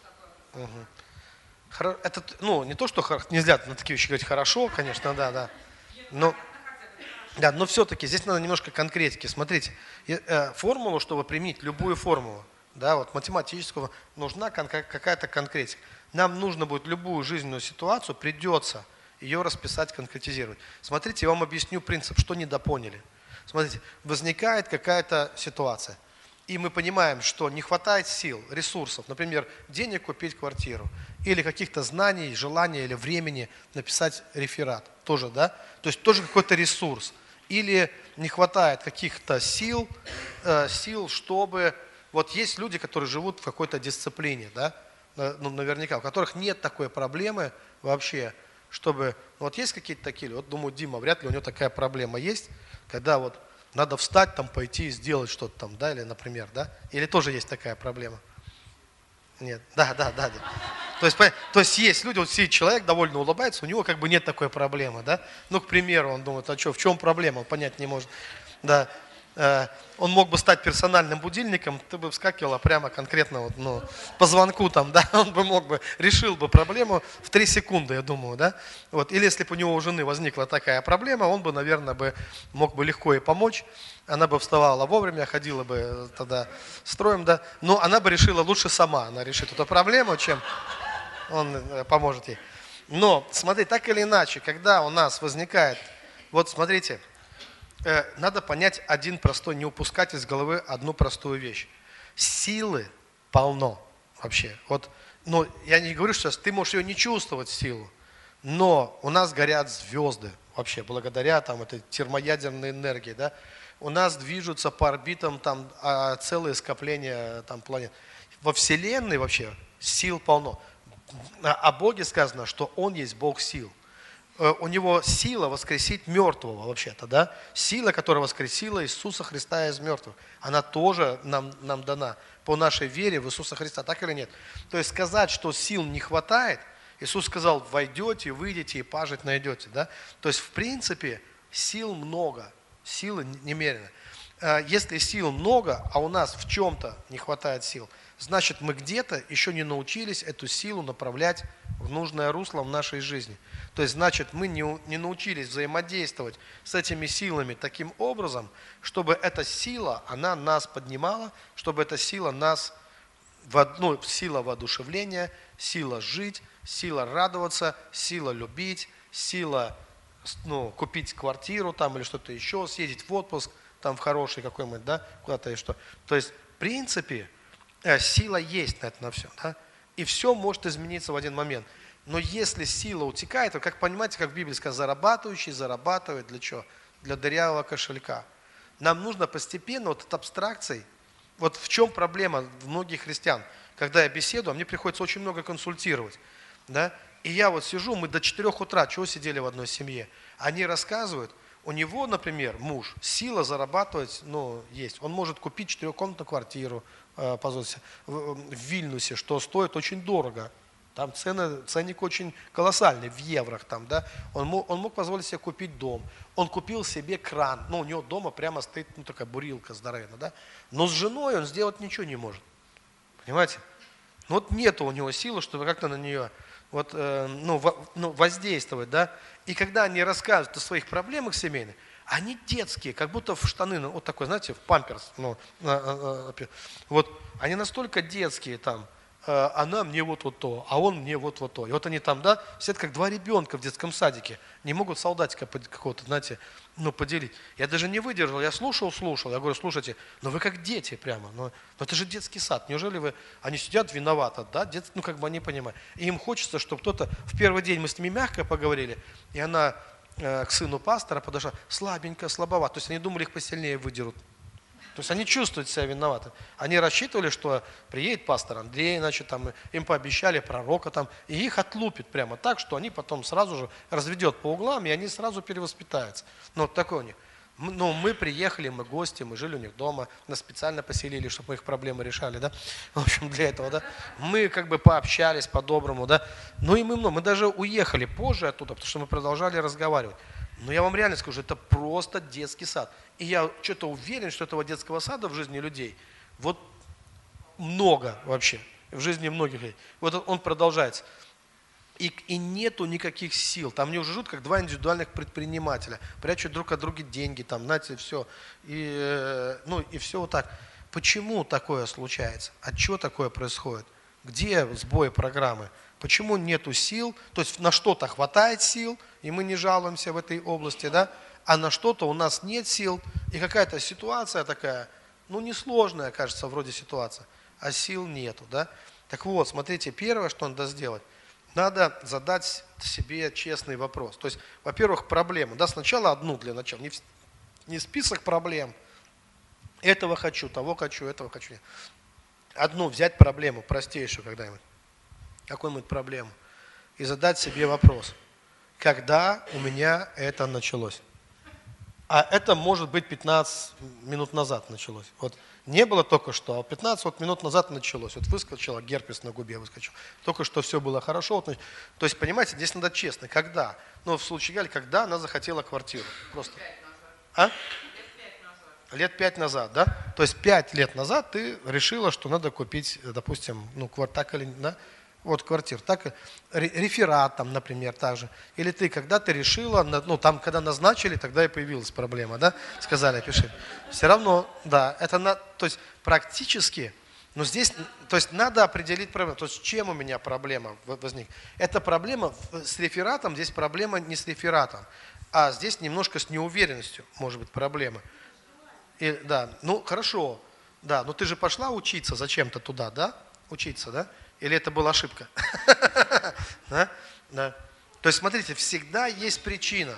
такой. Это, ну, не то, что нельзя на такие вещи говорить хорошо, конечно, да, да. Но, да, но все-таки здесь надо немножко конкретики. Смотрите, формулу, чтобы применить любую формулу, да, вот математическую, нужна какая-то конкретика. Нам нужно будет любую жизненную ситуацию, придется ее расписать, конкретизировать. Смотрите, я вам объясню принцип, что недопоняли. Смотрите, возникает какая-то ситуация, и мы понимаем, что не хватает сил, ресурсов, например, денег купить квартиру, или каких-то знаний, желания или времени написать реферат, тоже, да? То есть тоже какой-то ресурс. Или не хватает каких-то сил, чтобы... Вот есть люди, которые живут в какой-то дисциплине, да? Ну, наверняка, у которых нет такой проблемы вообще, чтобы... Вот есть какие-то такие, вот думаю, Дима, вряд ли у него такая проблема есть, когда вот надо встать, там, пойти и сделать что-то там, да, или, например, да? Или тоже есть такая проблема? Нет, да. То есть есть люди, вот сидит человек, довольно улыбается, у него как бы нет такой проблемы, да? Ну, к примеру, он думает, а что, в чем проблема, он понять не может. Да. Он мог бы стать персональным будильником, ты бы вскакивала прямо конкретно вот, ну, по звонку там, да, он бы мог бы, решил бы проблему в 3 секунды, я думаю, да. Вот. Или если бы у него у жены возникла такая проблема, он бы, наверное, мог бы легко ей помочь, она бы вставала вовремя, ходила бы тогда строем, да, но она бы решила лучше сама, она решит эту проблему, чем он поможет ей. Но, смотри, так или иначе, когда у нас возникает, вот смотрите, надо понять один простой, не упускать из головы одну простую вещь. Силы полно вообще. Вот, но я не говорю, что ты можешь ее не чувствовать, силу, но у нас горят звезды вообще, благодаря там, этой термоядерной энергии. Да? У нас движутся по орбитам там, целые скопления там, планет. Во Вселенной вообще сил полно. О Боге сказано, что Он есть Бог сил. У него сила воскресить мертвого вообще-то, да? Сила, которая воскресила Иисуса Христа из мертвых, она тоже нам дана по нашей вере в Иисуса Христа, так или нет? То есть сказать, что сил не хватает, Иисус сказал, войдете, выйдете и пажить найдете, да? То есть в принципе сил много, силы немерено. Если сил много, а у нас в чем-то не хватает сил, значит мы где-то еще не научились эту силу направлять в нужное русло в нашей жизни. То есть, значит, мы не научились взаимодействовать с этими силами таким образом, чтобы эта сила, она нас поднимала, чтобы эта сила нас, сила воодушевления, сила жить, сила радоваться, сила любить, сила купить квартиру там или что-то еще, съездить в отпуск, там в хороший какой-нибудь, да, куда-то и что. То есть, в принципе, сила есть на это, на все, да, и все может измениться в один момент. Но если сила утекает, то, как понимаете, как в Библии сказано, зарабатывающий зарабатывает для чего? Для дырявого кошелька. Нам нужно постепенно вот от абстракций, вот в чем проблема многих христиан, когда я беседую, мне приходится очень много консультировать, да, и я вот сижу, мы до 4 утра, чего сидели в одной семье, они рассказывают, у него, например, муж, сила зарабатывать, ну, есть, он может купить 4-комнатную квартиру, позвольте, в Вильнюсе, что стоит очень дорого. Там ценник очень колоссальный, в еврох там, да. Он мог позволить себе купить дом. Он купил себе кран. Ну, у него дома прямо стоит, ну, такая бурилка здоровенная, да. Но с женой он сделать ничего не может. Понимаете? Ну, вот нету у него силы, чтобы как-то на нее вот, воздействовать, да. И когда они рассказывают о своих проблемах семейных, они детские, как будто в штаны, ну, вот такой, знаете, в памперс. Ну, вот они настолько детские там. Она мне вот то, а он мне вот то. И вот они там, да, сидят как два ребенка в детском садике, не могут солдатика какого-то, знаете, ну, поделить. Я даже не выдержал, я слушал, я говорю, слушайте, ну вы как дети прямо, ну это же детский сад, неужели вы, они сидят виноваты, да, ну как бы они понимают. И им хочется, чтобы кто-то, в первый день мы с ними мягко поговорили, и она к сыну пастора подошла, слабенько, слабовато, то есть они думали, их посильнее выдерут. То есть они чувствуют себя виноваты. Они рассчитывали, что приедет пастор Андрей, значит, там, им пообещали пророка, там, и их отлупит прямо так, что они потом сразу же разведет по углам, и они сразу перевоспитаются. Ну, вот такой у них. Ну, мы приехали, мы гости, мы жили у них дома, нас специально поселили, чтобы мы их проблемы решали, да. В общем, для этого, да. Мы как бы пообщались по-доброму, да. Ну и мы даже уехали позже оттуда, потому что мы продолжали разговаривать. Но я вам реально скажу, это просто детский сад. И я что-то уверен, что этого детского сада в жизни людей вот много вообще, в жизни многих людей. Вот он продолжается. И нету никаких сил. Там они уже живут как два индивидуальных предпринимателя. Прячут друг от друга деньги, там, знаете, все. И все вот так. Почему такое случается? От чего такое происходит? Где сбой программы? Почему нету сил? То есть на что-то хватает сил, и мы не жалуемся в этой области, да? А на что-то у нас нет сил, и какая-то ситуация такая, ну несложная, кажется, вроде ситуация, а сил нету, да? Так вот, смотрите, первое, что надо сделать, надо задать себе честный вопрос. То есть, во-первых, проблему, да, сначала одну для начала, не список проблем, этого хочу, того хочу, этого хочу. Одну взять проблему, простейшую когда-нибудь, какую-нибудь проблему, и задать себе вопрос, когда у меня это началось? А это может быть 15 минут назад началось. Вот не было только что, а 15 минут назад началось. Вот выскочила, герпес на губе выскочил. Только что все было хорошо. Вот, то есть, понимаете, здесь надо честно. Когда? Ну, в случае Гали, когда она захотела квартиру. Просто. А? Лет 5 назад, да? То есть 5 лет назад ты решила, что надо купить, допустим, ну, так или да? Вот квартир, так, реферат там, например, также. Или ты когда-то решила, ну, там, когда назначили, тогда и появилась проблема, да? Сказали, пиши. Все равно, да, это, то есть практически, но здесь, то есть надо определить проблему. То есть чем у меня проблема возникла? Это проблема с рефератом, здесь проблема не с рефератом, а здесь немножко с неуверенностью может быть проблема. И, да, ну, хорошо, да, но ты же пошла учиться зачем-то туда, да? Учиться, да? Или это была ошибка? Да? Да. То есть, смотрите, всегда есть причина.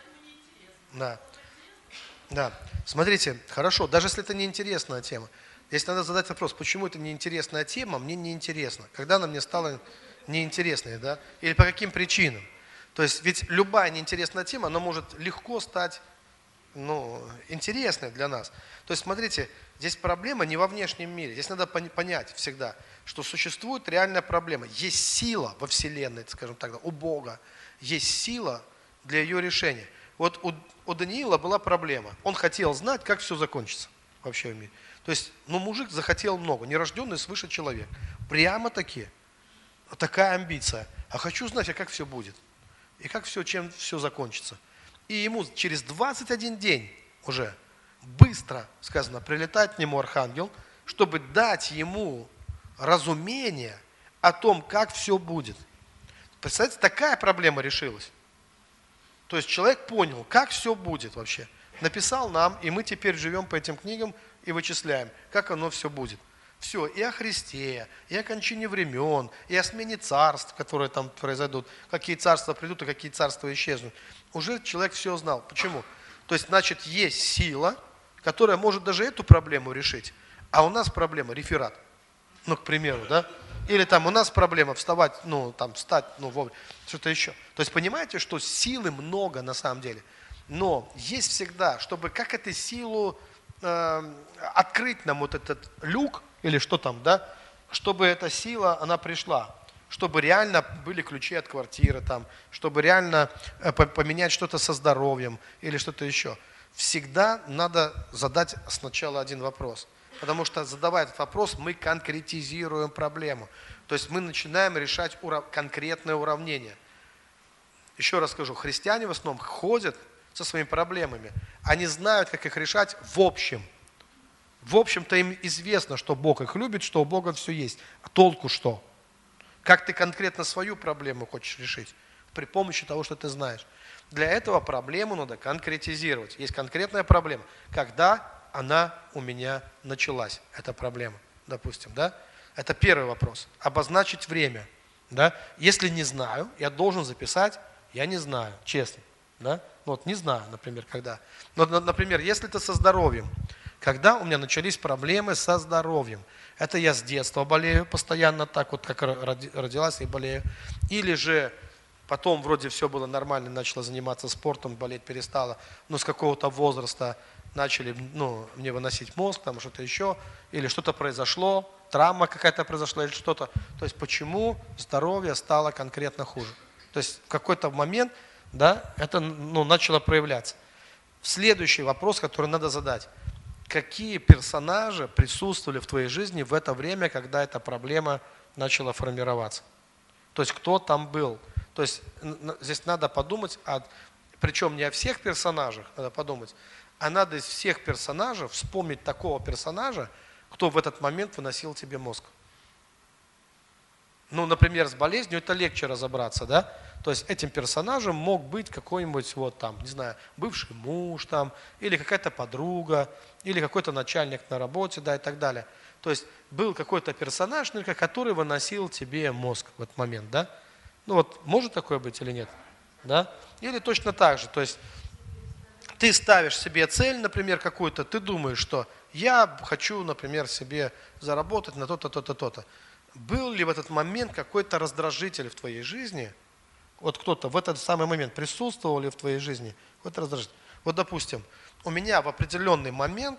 Да. Да. Смотрите, хорошо, даже если это неинтересная тема. Здесь надо задать вопрос, почему это неинтересная тема, мне неинтересно. Когда она мне стала неинтересной, да? Или по каким причинам? То есть, ведь любая неинтересная тема, она может легко стать, ну, интересной для нас. То есть, смотрите, здесь проблема не во внешнем мире. Здесь надо понять всегда, что существует реальная проблема. Есть сила во Вселенной, скажем так, у Бога. Есть сила для ее решения. Вот у Даниила была проблема. Он хотел знать, как все закончится вообще в мире. То есть, ну, мужик захотел много, нерожденный свыше человек. Прямо-таки. Такая амбиция. А хочу знать, а как все будет. И как все, чем все закончится. И ему через 21 день уже быстро, сказано, прилетает к нему архангел, чтобы дать ему разумение о том, как все будет. Представляете, такая проблема решилась. То есть человек понял, как все будет вообще. написал нам, и мы теперь живем по этим книгам и вычисляем, как оно все будет. Все, и о Христе, и о кончине времен, и о смене царств, которые там произойдут, какие царства придут и какие царства исчезнут. Уже человек все знал. Почему? То есть, значит, есть сила, которая может даже эту проблему решить, а у нас проблема реферат. Ну, к примеру, да? Или там у нас проблема вставать, встать, вовремя, что-то еще. То есть, понимаете, что силы много на самом деле. Но есть всегда, чтобы как эту силу открыть нам вот этот люк, или что там, да, чтобы эта сила, она пришла, чтобы реально были ключи от квартиры, там, чтобы реально поменять что-то со здоровьем или что-то еще. Всегда надо задать сначала один вопрос. Потому что, задавая этот вопрос, мы конкретизируем проблему. То есть мы начинаем решать конкретное уравнение. Еще раз скажу, христиане в основном ходят со своими проблемами. Они знают, как их решать в общем. В общем-то им известно, что Бог их любит, что у Бога все есть. А толку что? Как ты конкретно свою проблему хочешь решить? При помощи того, что ты знаешь. Для этого проблему надо конкретизировать. Есть конкретная проблема. Когда она у меня началась, эта проблема, допустим, да? Это первый вопрос. Обозначить время, да? Если не знаю, я должен записать, я не знаю, честно, да? Вот не знаю, например, когда. Но, например, если это со здоровьем, когда у меня начались проблемы со здоровьем, это я с детства болею постоянно, так вот, как родилась и болею, или же потом вроде все было нормально, начала заниматься спортом, болеть перестала, но с какого-то возраста начали мне выносить мозг, там что-то еще, или что-то произошло, травма какая-то произошла, или что-то. То есть почему здоровье стало конкретно хуже? То есть в какой-то момент, да, это начало проявляться. Следующий вопрос, который надо задать. Какие персонажи присутствовали в твоей жизни в это время, когда эта проблема начала формироваться? То есть кто там был? То есть здесь надо подумать, причем не о всех персонажах надо подумать, а надо из всех персонажей вспомнить такого персонажа, кто в этот момент выносил тебе мозг. Например, с болезнью это легче разобраться, да? То есть этим персонажем мог быть какой-нибудь бывший муж там, или какая-то подруга, или какой-то начальник на работе, да, и так далее. То есть был какой-то персонаж, который выносил тебе мозг в этот момент, да? Может такое быть или нет? Да? Или точно так же, то есть ты ставишь себе цель, например, какую-то, ты думаешь, что я хочу, например, себе заработать на то-то, то-то, то-то. Был ли в этот момент какой-то раздражитель в твоей жизни? Вот кто-то в этот самый момент присутствовал ли в твоей жизни какой-то раздражитель? Вот, допустим, у меня в определенный момент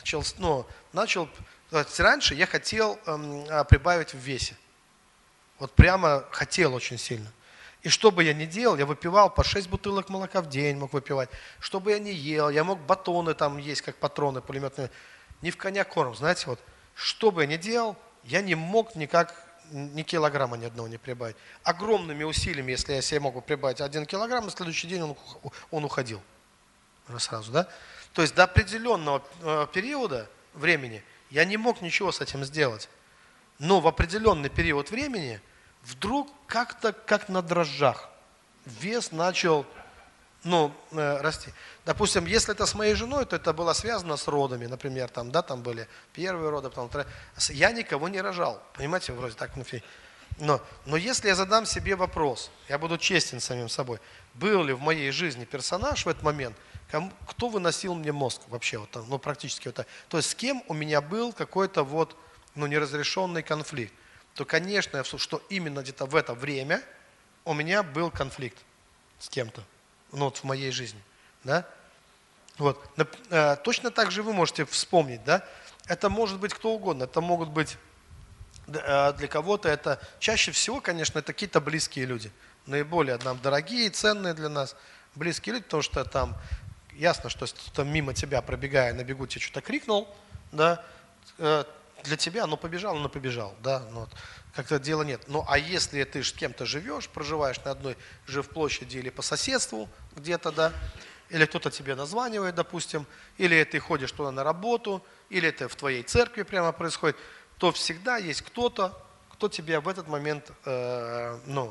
раньше я хотел прибавить в весе. Вот прямо хотел очень сильно. И что бы я ни делал, я выпивал по 6 бутылок молока в день, мог выпивать. Что бы я ни ел, я мог батоны там есть, как патроны пулеметные. Не в коня корм, знаете, вот. Что бы я ни делал, я не мог никак ни килограмма ни одного не прибавить. Огромными усилиями, если я себе мог прибавить 1 килограмм, на следующий день он уходил. Сразу, да? То есть до определенного периода времени я не мог ничего с этим сделать. Но в определенный период времени вдруг как-то, как на дрожжах, вес начал расти. Допустим, если это с моей женой, то это было связано с родами, например, там были первые роды, потом вторые. Я никого не рожал, понимаете, вроде так. Но если я задам себе вопрос, я буду честен с самим собой, был ли в моей жизни персонаж в этот момент, кто выносил мне мозг вообще, практически вот так. То есть с кем у меня был какой-то неразрешенный конфликт, то, конечно, что именно где-то в это время у меня был конфликт с кем-то, в моей жизни, да? Вот. Точно так же вы можете вспомнить, да? Это может быть кто угодно, это могут быть для кого-то, это чаще всего, конечно, это какие-то близкие люди, наиболее нам дорогие, ценные для нас близкие люди, потому что там ясно, что если кто-то мимо тебя, пробегая на бегу, тебе что-то крикнул, да, для тебя, побежал, да, как-то дела нет. А если ты с кем-то живешь, проживаешь на одной жилплощади или по соседству где-то, да, или кто-то тебе названивает, допустим, или ты ходишь туда на работу, или это в твоей церкви прямо происходит, то всегда есть кто-то, кто тебя в этот момент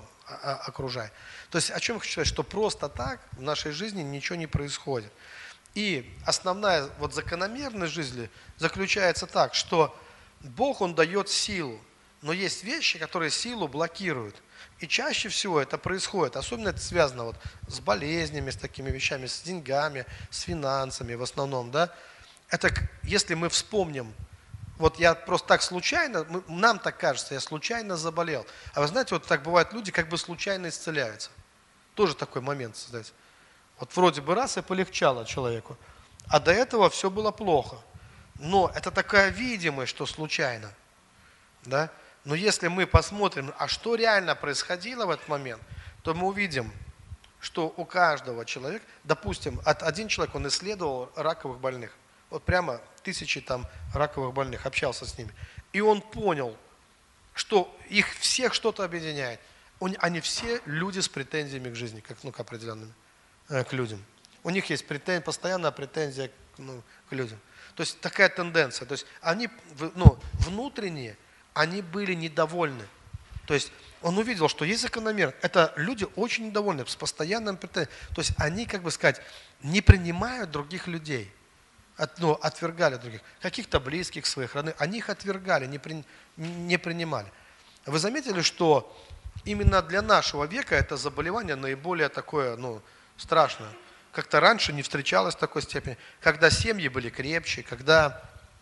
окружает. То есть о чем я хочу сказать, что просто так в нашей жизни ничего не происходит. И основная вот закономерность жизни заключается так, что Бог, Он дает силу, но есть вещи, которые силу блокируют. И чаще всего это происходит, особенно это связано вот с болезнями, с такими вещами, с деньгами, с финансами в основном, да. Это если мы вспомним, вот я просто так случайно, нам так кажется, я случайно заболел. А вы знаете, вот так бывает, люди как бы случайно исцеляются. Тоже такой момент создается. Вот вроде бы раз и полегчало человеку, а до этого все было плохо. Но это такая видимость, что случайно, да. Но если мы посмотрим, а что реально происходило в этот момент, то мы увидим, что у каждого человека, допустим, один человек, он исследовал раковых больных, вот прямо тысячи там раковых больных, общался с ними, и он понял, что их всех что-то объединяет. Они все люди с претензиями к жизни, к определенным, к людям. У них есть постоянная претензия к людям. То есть такая тенденция. То есть они внутренние, они были недовольны. То есть он увидел, что есть закономерность. Это люди очень недовольны, с постоянным претензией. То есть они, как бы сказать, не принимают других людей. Отвергали других. Каких-то близких своих, родных. Они их отвергали, не принимали. Вы заметили, что именно для нашего века это заболевание наиболее такое, страшное. Как-то раньше не встречалось в такой степени. Когда семьи были крепче, когда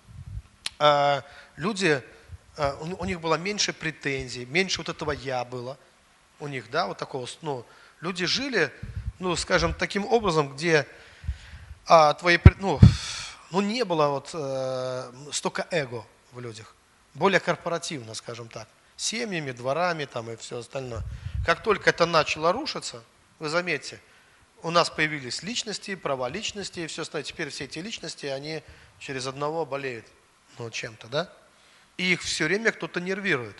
люди... у них было меньше претензий, меньше вот этого «я» было у них, да, вот такого, люди жили, скажем, таким образом, где не было вот столько эго в людях, более корпоративно, скажем так, семьями, дворами там и все остальное. Как только это начало рушиться, вы заметите, у нас появились личности, права личности и все остальное, теперь все эти личности, они через одного болеют, чем-то, да? И их все время кто-то нервирует.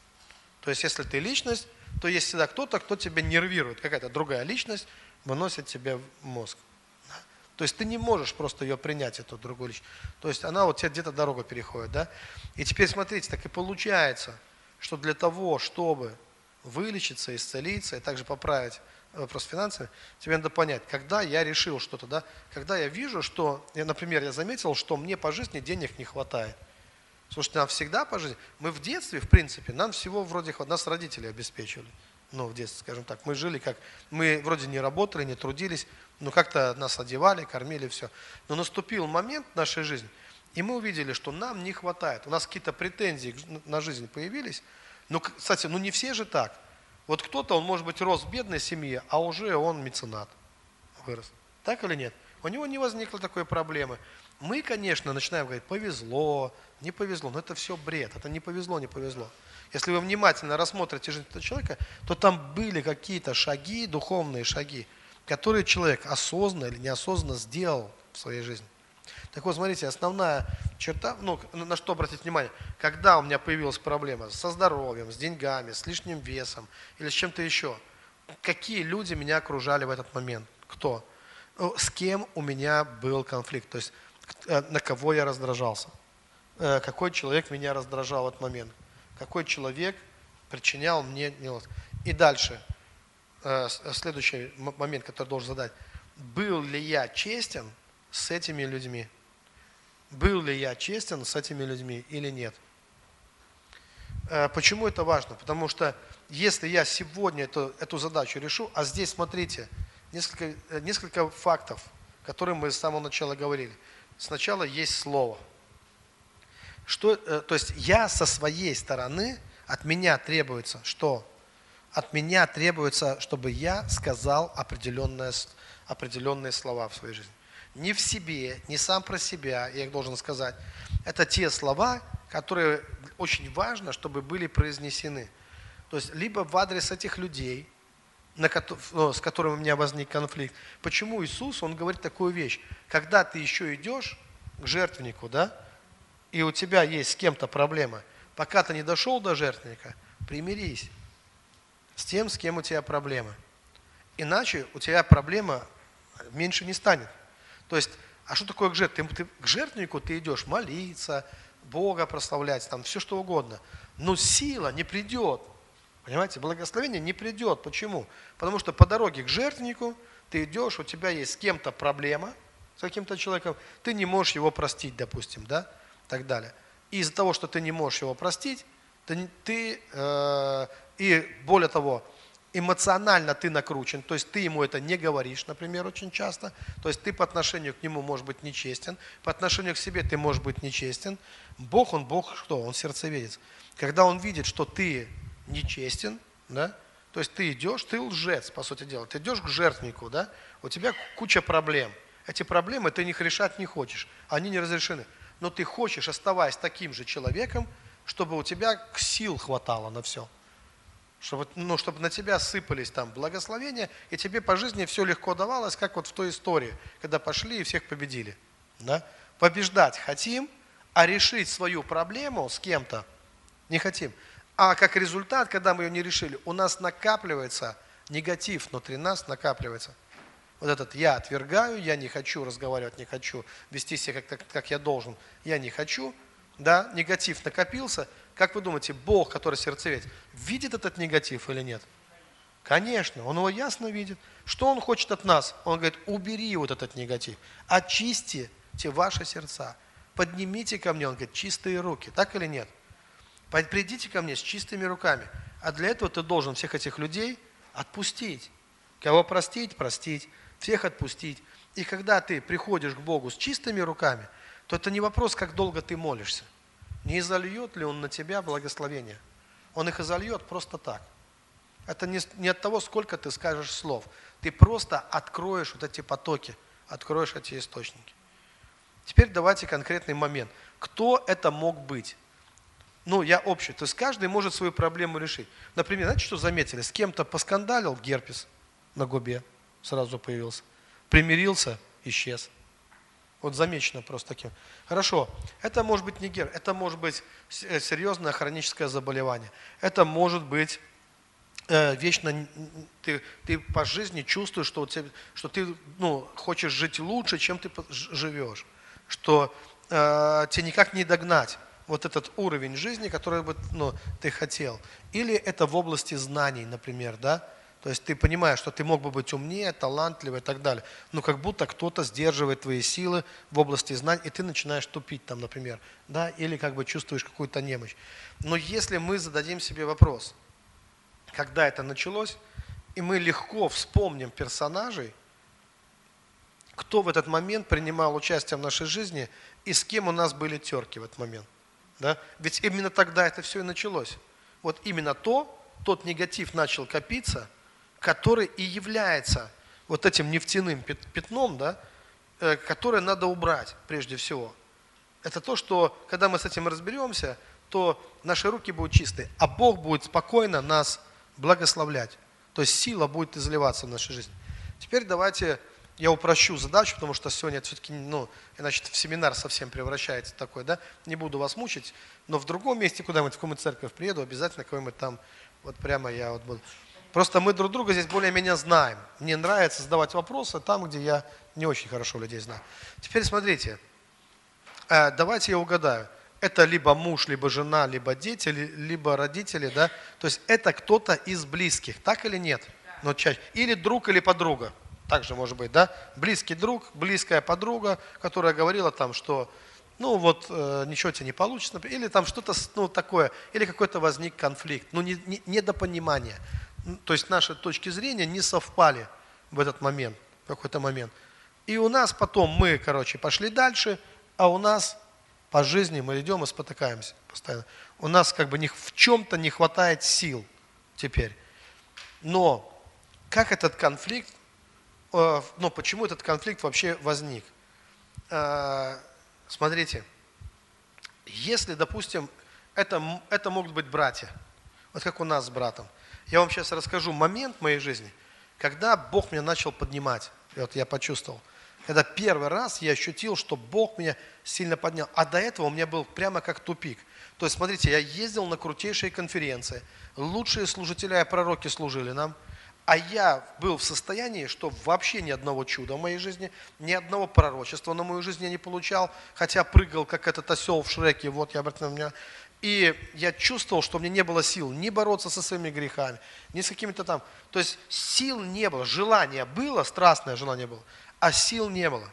То есть, если ты личность, то есть всегда кто-то, кто тебя нервирует. Какая-то другая личность выносит тебе в мозг. Да? То есть, ты не можешь просто ее принять, эту другую личность. То есть, она вот тебе где-то дорогу переходит. Да? И теперь, смотрите, так и получается, что для того, чтобы вылечиться, исцелиться и также поправить вопрос с финансами, тебе надо понять, когда я решил что-то, да? Когда я вижу, что, например, я заметил, что мне по жизни денег не хватает. Слушайте, нам всегда по жизни, мы в детстве, в принципе, нам всего вроде нас родители обеспечивали. В детстве, скажем так, мы жили как, мы вроде не работали, не трудились, но как-то нас одевали, кормили, все. Но наступил момент в нашей жизни, и мы увидели, что нам не хватает. У нас какие-то претензии на жизнь появились. Но, кстати, не все же так. Вот кто-то, он может быть рос в бедной семье, а уже он меценат вырос. Так или нет? У него не возникло такой проблемы. Мы, конечно, начинаем говорить, повезло, не повезло, но это все бред, это не повезло, не повезло. Если вы внимательно рассмотрите жизнь этого человека, то там были какие-то шаги, духовные шаги, которые человек осознанно или неосознанно сделал в своей жизни. Так вот, смотрите, основная черта, на что обратить внимание, когда у меня появилась проблема со здоровьем, с деньгами, с лишним весом или с чем-то еще, какие люди меня окружали в этот момент, кто, с кем у меня был конфликт, то есть на кого я раздражался, какой человек меня раздражал в этот момент, какой человек причинял мне неловкость. И дальше, следующий момент, который должен задать, был ли я честен с этими людьми? Был ли я честен с этими людьми или нет? Почему это важно? Потому что если я сегодня эту задачу решу, а здесь, смотрите, несколько фактов, которые мы с самого начала говорили. Сначала есть слово. То есть я со своей стороны, от меня требуется что? От меня требуется, чтобы я сказал определенные слова в своей жизни. Не в себе, не сам про себя, я их должен сказать. Это те слова, которые очень важно, чтобы были произнесены. То есть либо в адрес этих людей, с которыми у меня возник конфликт. Почему Иисус, Он говорит такую вещь. Когда ты еще идешь к жертвеннику, да, и у тебя есть с кем-то проблема, пока ты не дошел до жертвенника, примирись с тем, с кем у тебя проблема. Иначе у тебя проблема меньше не станет. То есть, а что такое к жертвеннику? К жертвеннику ты идешь молиться, Бога прославлять, там все что угодно. Но сила не придет. Понимаете, благословение не придет. Почему? Потому что по дороге к жертвеннику ты идешь, у тебя есть с кем-то проблема, с каким-то человеком, ты не можешь его простить, допустим, да, так далее. И из-за того, что ты не можешь его простить, и более того, эмоционально ты накручен, то есть ты ему это не говоришь, например, очень часто, то есть ты по отношению к нему можешь быть нечестен, по отношению к себе ты можешь быть нечестен. Бог, он Бог что? Он сердцеведец. Когда он видит, что ты нечестен, да, то есть ты идешь, ты лжец, по сути дела, ты идешь к жертвеннику, да, у тебя куча проблем. Эти проблемы ты их решать не хочешь, они не разрешены. Но ты хочешь, оставаясь таким же человеком, чтобы у тебя сил хватало на все. Чтобы на тебя сыпались там благословения, и тебе по жизни все легко давалось, как вот в той истории, когда пошли и всех победили. Да? Побеждать хотим, а решить свою проблему с кем-то не хотим. А как результат, когда мы ее не решили, у нас накапливается негатив внутри нас, накапливается. Вот этот я отвергаю, я не хочу разговаривать, не хочу вести себя как я должен, я не хочу. Да, негатив накопился. Как вы думаете, Бог, который сердцевед, видит этот негатив или нет? Конечно, Он его ясно видит. Что Он хочет от нас? Он говорит, убери вот этот негатив, очистите ваши сердца, поднимите ко мне, Он говорит, чистые руки, так или нет? Придите ко мне с чистыми руками. А для этого ты должен всех этих людей отпустить. Кого простить, простить, всех отпустить. И когда ты приходишь к Богу с чистыми руками, то это не вопрос, как долго ты молишься. Не изольет ли Он на тебя благословения? Он их изольет просто так. Это не от того, сколько ты скажешь слов. Ты просто откроешь вот эти потоки, откроешь эти источники. Теперь давайте конкретный момент. Кто это мог быть? Я общий. То есть каждый может свою проблему решить. Например, знаете, что заметили? С кем-то поскандалил, герпес на губе сразу появился. Примирился, исчез. Вот замечено просто таким. Хорошо, это может быть не герпес, это может быть серьезное хроническое заболевание. Это может быть вечно ты по жизни чувствуешь, что ты хочешь жить лучше, чем ты живешь. Что тебе никак не догнать вот этот уровень жизни, который бы ты хотел. Или это в области знаний, например, да? То есть ты понимаешь, что ты мог бы быть умнее, талантливее и так далее. Но как будто кто-то сдерживает твои силы в области знаний, и ты начинаешь тупить там, например. Да? Или как бы чувствуешь какую-то немощь. Но если мы зададим себе вопрос, когда это началось, и мы легко вспомним персонажей, кто в этот момент принимал участие в нашей жизни и с кем у нас были терки в этот момент. Да? Ведь именно тогда это все и началось. Вот именно тот негатив начал копиться, который и является вот этим нефтяным пятном, да, которое надо убрать прежде всего. Это то, что когда мы с этим разберемся, то наши руки будут чистые, а Бог будет спокойно нас благословлять. То есть сила будет изливаться в нашей жизни. Теперь давайте я упрощу задачу, потому что сегодня это все-таки, иначе в семинар совсем превращается такой, да, не буду вас мучить, но в другом месте, куда-нибудь в какую-нибудь церковь приеду, обязательно какой-нибудь там, вот прямо я вот буду. Просто мы друг друга здесь более-менее знаем. Мне нравится задавать вопросы там, где я не очень хорошо людей знаю. Теперь смотрите, давайте я угадаю. Это либо муж, либо жена, либо дети, либо родители, да? То есть это кто-то из близких, так или нет? Но чаще. Или друг, или подруга. Также может быть, да? Близкий друг, близкая подруга, которая говорила там, что ничего тебе не получится, или там что-то такое, или какой-то возник конфликт, недопонимание. То есть наши точки зрения не совпали в этот момент, в какой-то момент. И у нас потом мы, пошли дальше, а у нас по жизни мы идем и спотыкаемся постоянно. У нас в чем-то не хватает сил теперь. Но как этот конфликт, почему этот конфликт вообще возник? Смотрите, если, допустим, это могут быть братья, вот как у нас с братом. Я вам сейчас расскажу момент в моей жизни, когда Бог меня начал поднимать. И вот я почувствовал. Когда первый раз я ощутил, что Бог меня сильно поднял. А до этого у меня был прямо как тупик. То есть, смотрите, я ездил на крутейшие конференции. Лучшие служители и пророки служили нам. А я был в состоянии, что вообще ни одного чуда в моей жизни, ни одного пророчества на мою жизнь я не получал. Хотя прыгал, как этот осел в Шреке. Вот я обратил на меня. И я чувствовал, что мне не было сил ни бороться со своими грехами, ни с какими-то там. То есть сил не было, желание было, страстное желание было, а сил не было.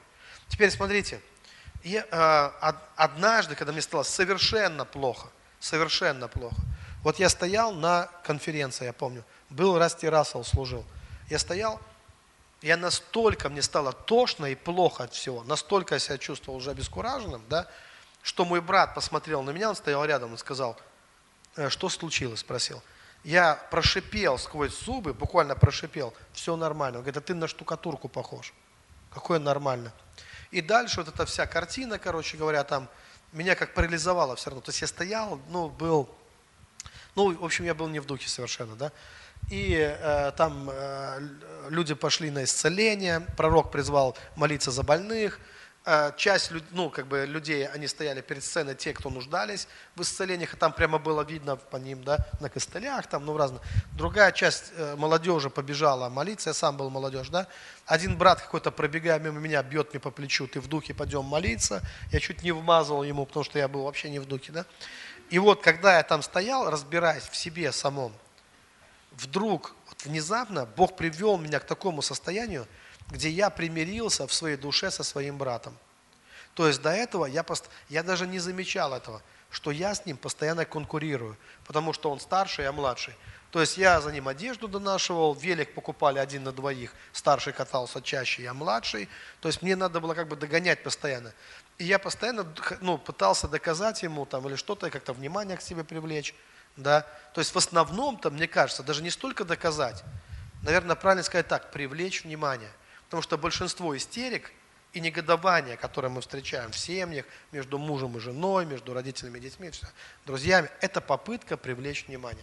Теперь смотрите, однажды, когда мне стало совершенно плохо, вот я стоял на конференции, я помню, был Расти Рассел, служил. Я стоял, настолько мне стало тошно и плохо от всего, настолько я себя чувствовал уже обескураженным, да, что мой брат посмотрел на меня, он стоял рядом и сказал: что случилось, спросил. Я прошипел сквозь зубы, буквально прошипел: все нормально. Он говорит: а ты на штукатурку похож. Какое нормально. И дальше вот эта вся картина, короче говоря, там меня как парализовало все равно. То есть я стоял, в общем, я был не в духе совершенно, да. И там люди пошли на исцеление, пророк призвал молиться за больных. Часть людей, они стояли перед сценой, те, кто нуждались в исцелениях, и там прямо было видно по ним, да, на костылях, там, разно. Другая часть молодежи побежала молиться, я сам был молодежь, да. Один брат какой-то, пробегая мимо меня, бьет мне по плечу: ты в духе, пойдем молиться. Я чуть не вмазал ему, потому что я был вообще не в духе, да. И вот, когда я там стоял, разбираясь в себе самом, вдруг, внезапно, Бог привел меня к такому состоянию, где я примирился в своей душе со своим братом. То есть до этого я даже не замечал этого, что я с ним постоянно конкурирую, потому что он старший, я младший. То есть я за ним одежду донашивал, велик покупали 1 на 2, старший катался чаще, я младший. То есть мне надо было как бы догонять постоянно. И я постоянно пытался доказать ему там, или что-то, как-то внимание к себе привлечь. Да? То есть в основном-то, мне кажется, даже не столько доказать, наверное, правильно сказать так: привлечь внимание. Потому что большинство истерик и негодования, которые мы встречаем в семьях, между мужем и женой, между родителями и детьми, друзьями, это попытка привлечь внимание.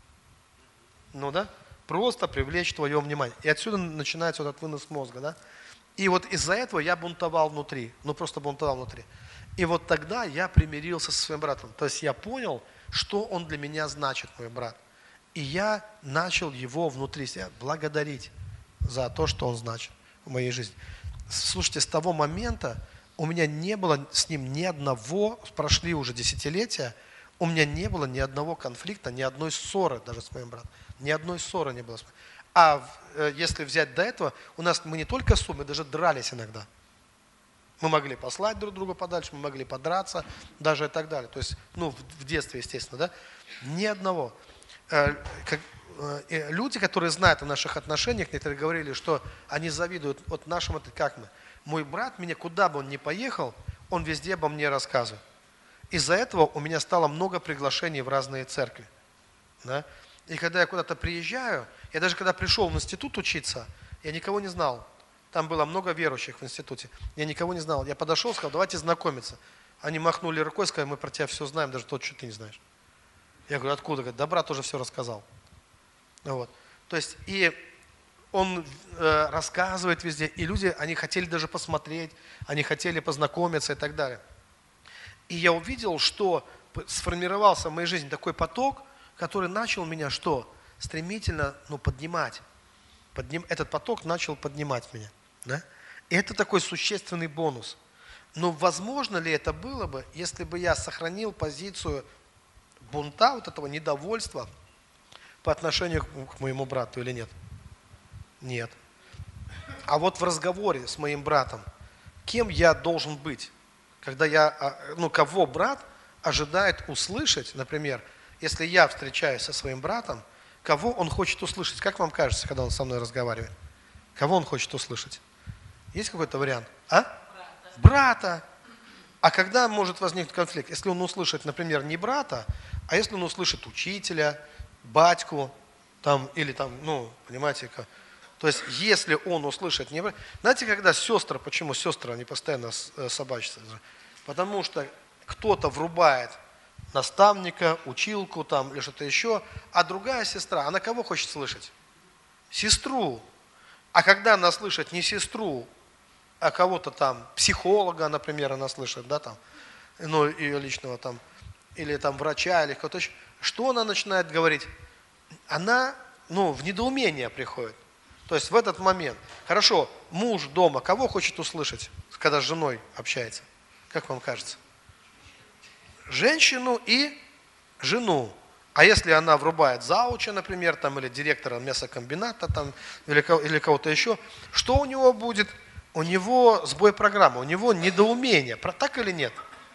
Просто привлечь твое внимание. И отсюда начинается вот этот вынос мозга, да? И вот из-за этого я бунтовал внутри, просто бунтовал внутри. И вот тогда я примирился со своим братом. То есть я понял, что он для меня значит, мой брат. И я начал его внутри себя благодарить за то, что он значит в моей жизни. Слушайте, с того момента у меня не было с ним ни одного, прошли уже десятилетия, у меня не было ни одного конфликта, ни одной ссоры даже с моим братом. Ни одной ссоры не было. А если взять до этого, мы не только ссоры, мы даже дрались иногда. Мы могли послать друг друга подальше, мы могли подраться, даже и так далее. То есть, в детстве, естественно, да? Ни одного. Люди, которые знают о наших отношениях, некоторые говорили, что они завидуют нашему, как мы. Мой брат, меня куда бы он ни поехал, он везде обо мне рассказывает. Из-за этого у меня стало много приглашений в разные церкви. Да? И когда я куда-то приезжаю, я даже когда пришел в институт учиться, я никого не знал. Там было много верующих в институте. Я никого не знал. Я подошел, сказал: давайте знакомиться. Они махнули рукой, сказали: мы про тебя все знаем, даже то, что ты не знаешь. Я говорю: откуда? Говорят: да брат тоже все рассказал. Вот. То есть, и он рассказывает везде, и люди, они хотели даже посмотреть, они хотели познакомиться и так далее. И я увидел, что сформировался в моей жизни такой поток, который начал меня что? Стремительно поднимать. Этот поток начал поднимать меня. Да? И это такой существенный бонус. Но возможно ли это было бы, если бы я сохранил позицию бунта, вот этого недовольства по отношению к моему брату или нет? Нет. А вот в разговоре с моим братом, кем я должен быть? Когда кого брат ожидает услышать, например, если я встречаюсь со своим братом, кого он хочет услышать? Как вам кажется, когда он со мной разговаривает? Кого он хочет услышать? Есть какой-то вариант? Брата. А когда может возникнуть конфликт? Если он услышит, например, не брата, а если он услышит учителя, батьку, или понимаете, как. То есть, если он услышит не брата. Знаете, когда сестры, почему сестры, они постоянно собачатся? Потому что кто-то врубает наставника, училку или что-то еще, а другая сестра, она кого хочет слышать? Сестру. А когда она слышит не сестру, а кого-то психолога, например, она слышит, да, ее личного или врача, или кого-то еще, что она начинает говорить? Она, в недоумение приходит. То есть в этот момент. Хорошо, муж дома кого хочет услышать, когда с женой общается? Как вам кажется? Женщину и жену. А если она врубает зауча, например, или директора мясокомбината, или кого-то еще, что у него будет? у него сбой программы, у него недоумение. Так или нет?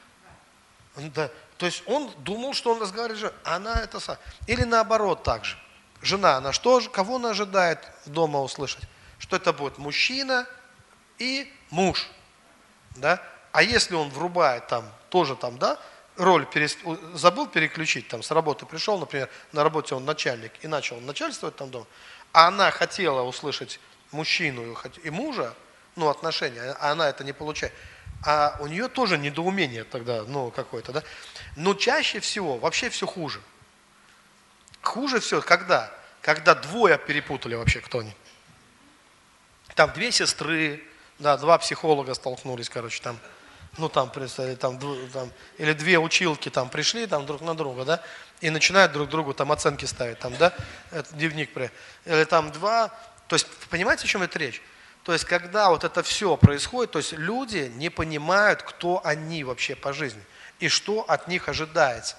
Да. То есть он думал, что он разговаривает с женой, а она это сама. Или наоборот так же. Жена, она что же, кого она ожидает дома услышать? Что это будет мужчина и муж. Да? А если он врубает там, тоже там, да, роль забыл переключить, там, с работы пришел, например, на работе он начальник и начал начальствовать там дома, а она хотела услышать мужчину и мужа, ну, отношения, а она это не получает, а у нее тоже недоумение тогда, ну, какое-то, да. Но чаще всего вообще все хуже. Хуже все, когда? Когда двое перепутали вообще, кто они. Там две сестры, да, два психолога столкнулись, короче, там. Ну, там, представили, там, или две училки там пришли там друг на друга, да, и начинают друг другу там оценки ставить, там, да, это дневник, или там два, то есть, понимаете, о чем это речь? То есть, когда вот это все происходит, то есть, люди не понимают, кто они вообще по жизни, и что от них ожидается.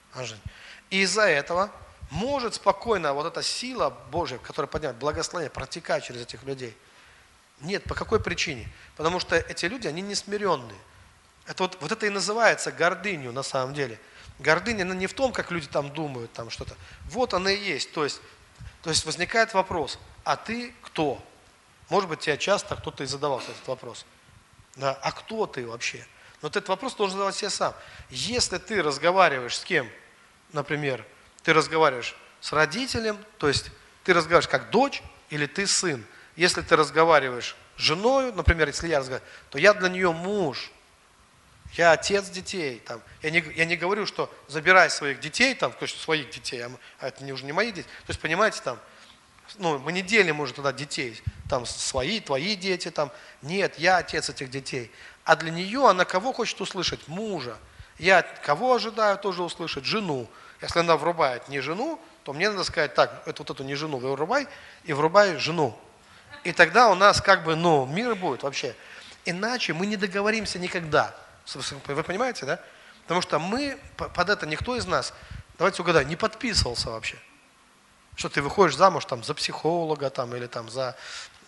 И из-за этого может спокойно вот эта сила Божья, которая поднимает благословение, протекать через этих людей. Нет, по какой причине? Потому что эти люди, они не смиренные. Это вот это и называется гордынью на самом деле. Гордыня, она не в том, как люди там думают, там что-то. Вот она и есть. То есть возникает вопрос, а ты кто? Может быть, тебя часто кто-то и задавался этот вопрос. Да, а кто ты вообще? Но вот этот вопрос должен задавать себе сам. Если ты разговариваешь с кем, например, ты разговариваешь с родителем, то есть ты разговариваешь как дочь или ты сын. Если ты разговариваешь с женой, например, если я разговариваю, то я для нее муж. Я отец детей. Там. Я не говорю, что забирай своих детей, там, то есть своих детей, а это уже не мои дети. То есть, понимаете, там, ну, мы не делим уже тогда детей, там свои, твои дети, там. Нет, я отец этих детей. А для нее она кого хочет услышать? Мужа. Я кого ожидаю тоже услышать? Жену. Если она врубает не жену, то мне надо сказать, так, вот эту не жену вырубай и врубай жену. И тогда у нас как бы, ну, мир будет вообще. Иначе мы не договоримся никогда. Вы понимаете, да? Потому что мы, под это никто из нас, давайте угадаем, не подписывался вообще. Что ты выходишь замуж там за психолога там, или там за,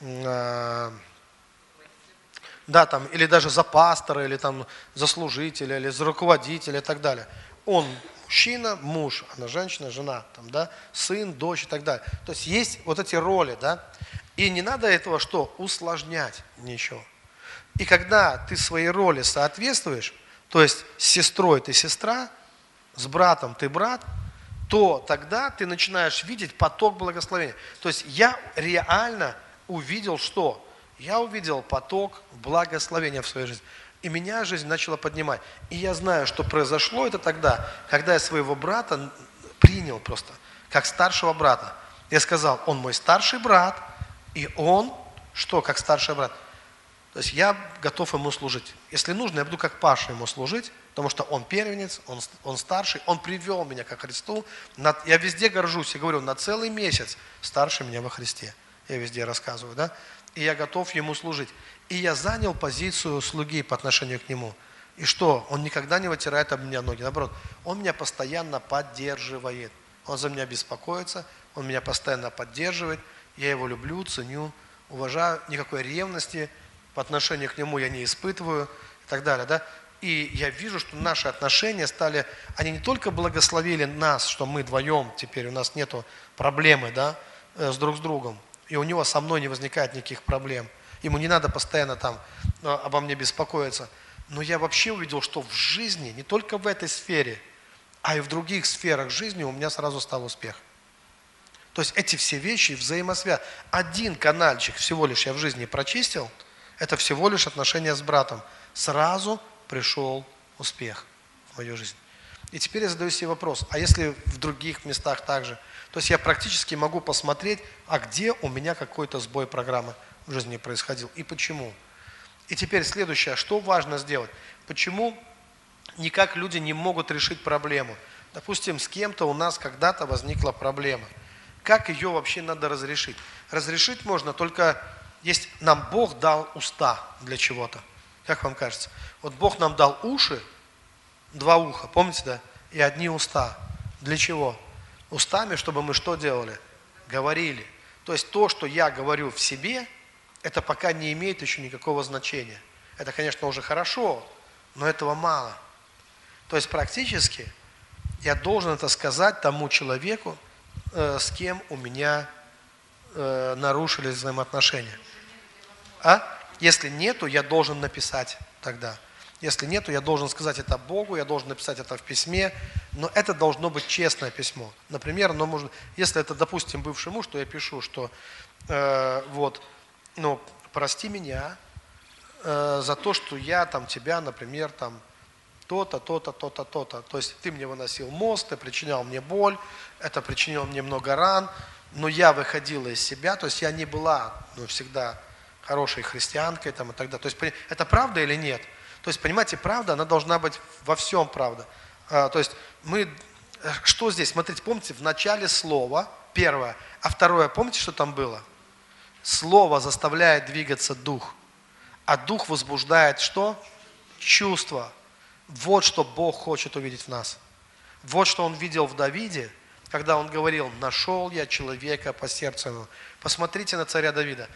да, там, или даже за пастора, или там за служителя, или за руководителя и так далее. Он мужчина, муж, она женщина, жена, там, да, сын, дочь и так далее. То есть есть вот эти роли, да? И не надо этого что? Усложнять ничего. И когда ты своей роли соответствуешь, то есть с сестрой ты сестра, с братом ты брат, то тогда ты начинаешь видеть поток благословения. То есть я реально увидел что? Я увидел поток благословения в своей жизни. И меня жизнь начала поднимать. И я знаю, что произошло это тогда, когда я своего брата принял просто, как старшего брата. Я сказал, он мой старший брат, и он, что, как старший брат? То есть я готов ему служить. Если нужно, я буду как Паша ему служить, потому что он первенец, он старший, он привел меня ко Христу. Я везде горжусь и говорю, на целый месяц старше меня во Христе. Я везде рассказываю, да? И я готов ему служить. И я занял позицию слуги по отношению к нему. И что? Он никогда не вытирает об меня ноги. Наоборот, он меня постоянно поддерживает. Он за меня беспокоится, он меня постоянно поддерживает. Я его люблю, ценю, уважаю. Никакой ревности по отношению к нему я не испытываю и так далее, да? И я вижу, что наши отношения стали, они не только благословили нас, что мы вдвоем, теперь у нас нету проблемы, да, с другом, и у него со мной не возникает никаких проблем. Ему не надо постоянно там обо мне беспокоиться. Но я вообще увидел, что в жизни, не только в этой сфере, а и в других сферах жизни у меня сразу стал успех. То есть эти все вещи взаимосвязаны. Один канальчик всего лишь я в жизни прочистил, это всего лишь отношения с братом. Сразу пришел успех в мою жизнь. И теперь я задаю себе вопрос, а если в других местах также? То есть я практически могу посмотреть, а где у меня какой-то сбой программы в жизни происходил и почему. И теперь следующее, что важно сделать? Почему никак люди не могут решить проблему? Допустим, с кем-то у нас когда-то возникла проблема. Как ее вообще надо разрешить? Разрешить можно только... Есть нам Бог дал уста для чего-то. Как вам кажется? Вот Бог нам дал уши, два уха, помните, да? И одни уста. Для чего? Устами, чтобы мы что делали? Говорили. То есть то, что я говорю в себе, это пока не имеет еще никакого значения. Это, конечно, уже хорошо, но этого мало. То есть практически я должен это сказать тому человеку, с кем у меня нарушились взаимоотношения. Если нету, я должен написать тогда. Если нету, я должен сказать это Богу, я должен написать это в письме, но это должно быть честное письмо. Например, если это, допустим, бывший муж, то я пишу, что прости меня за то, что я тебя, например, то-то, то-то, то-то, то-то. То есть ты мне выносил мозг, ты причинял мне боль, это причинило мне много ран, но я выходила из себя, то есть я не была всегда хорошей христианкой и так далее. То есть это правда или нет? То есть, понимаете, правда, она должна быть во всем правда. То есть что здесь? Смотрите, помните, в начале слова, первое, а второе, помните, что там было? Слово заставляет двигаться дух, а дух возбуждает что? Чувство. Вот что Бог хочет увидеть в нас. Вот что Он видел в Давиде, когда Он говорил: «Нашел я человека по сердцу ему». Посмотрите на царя Давида.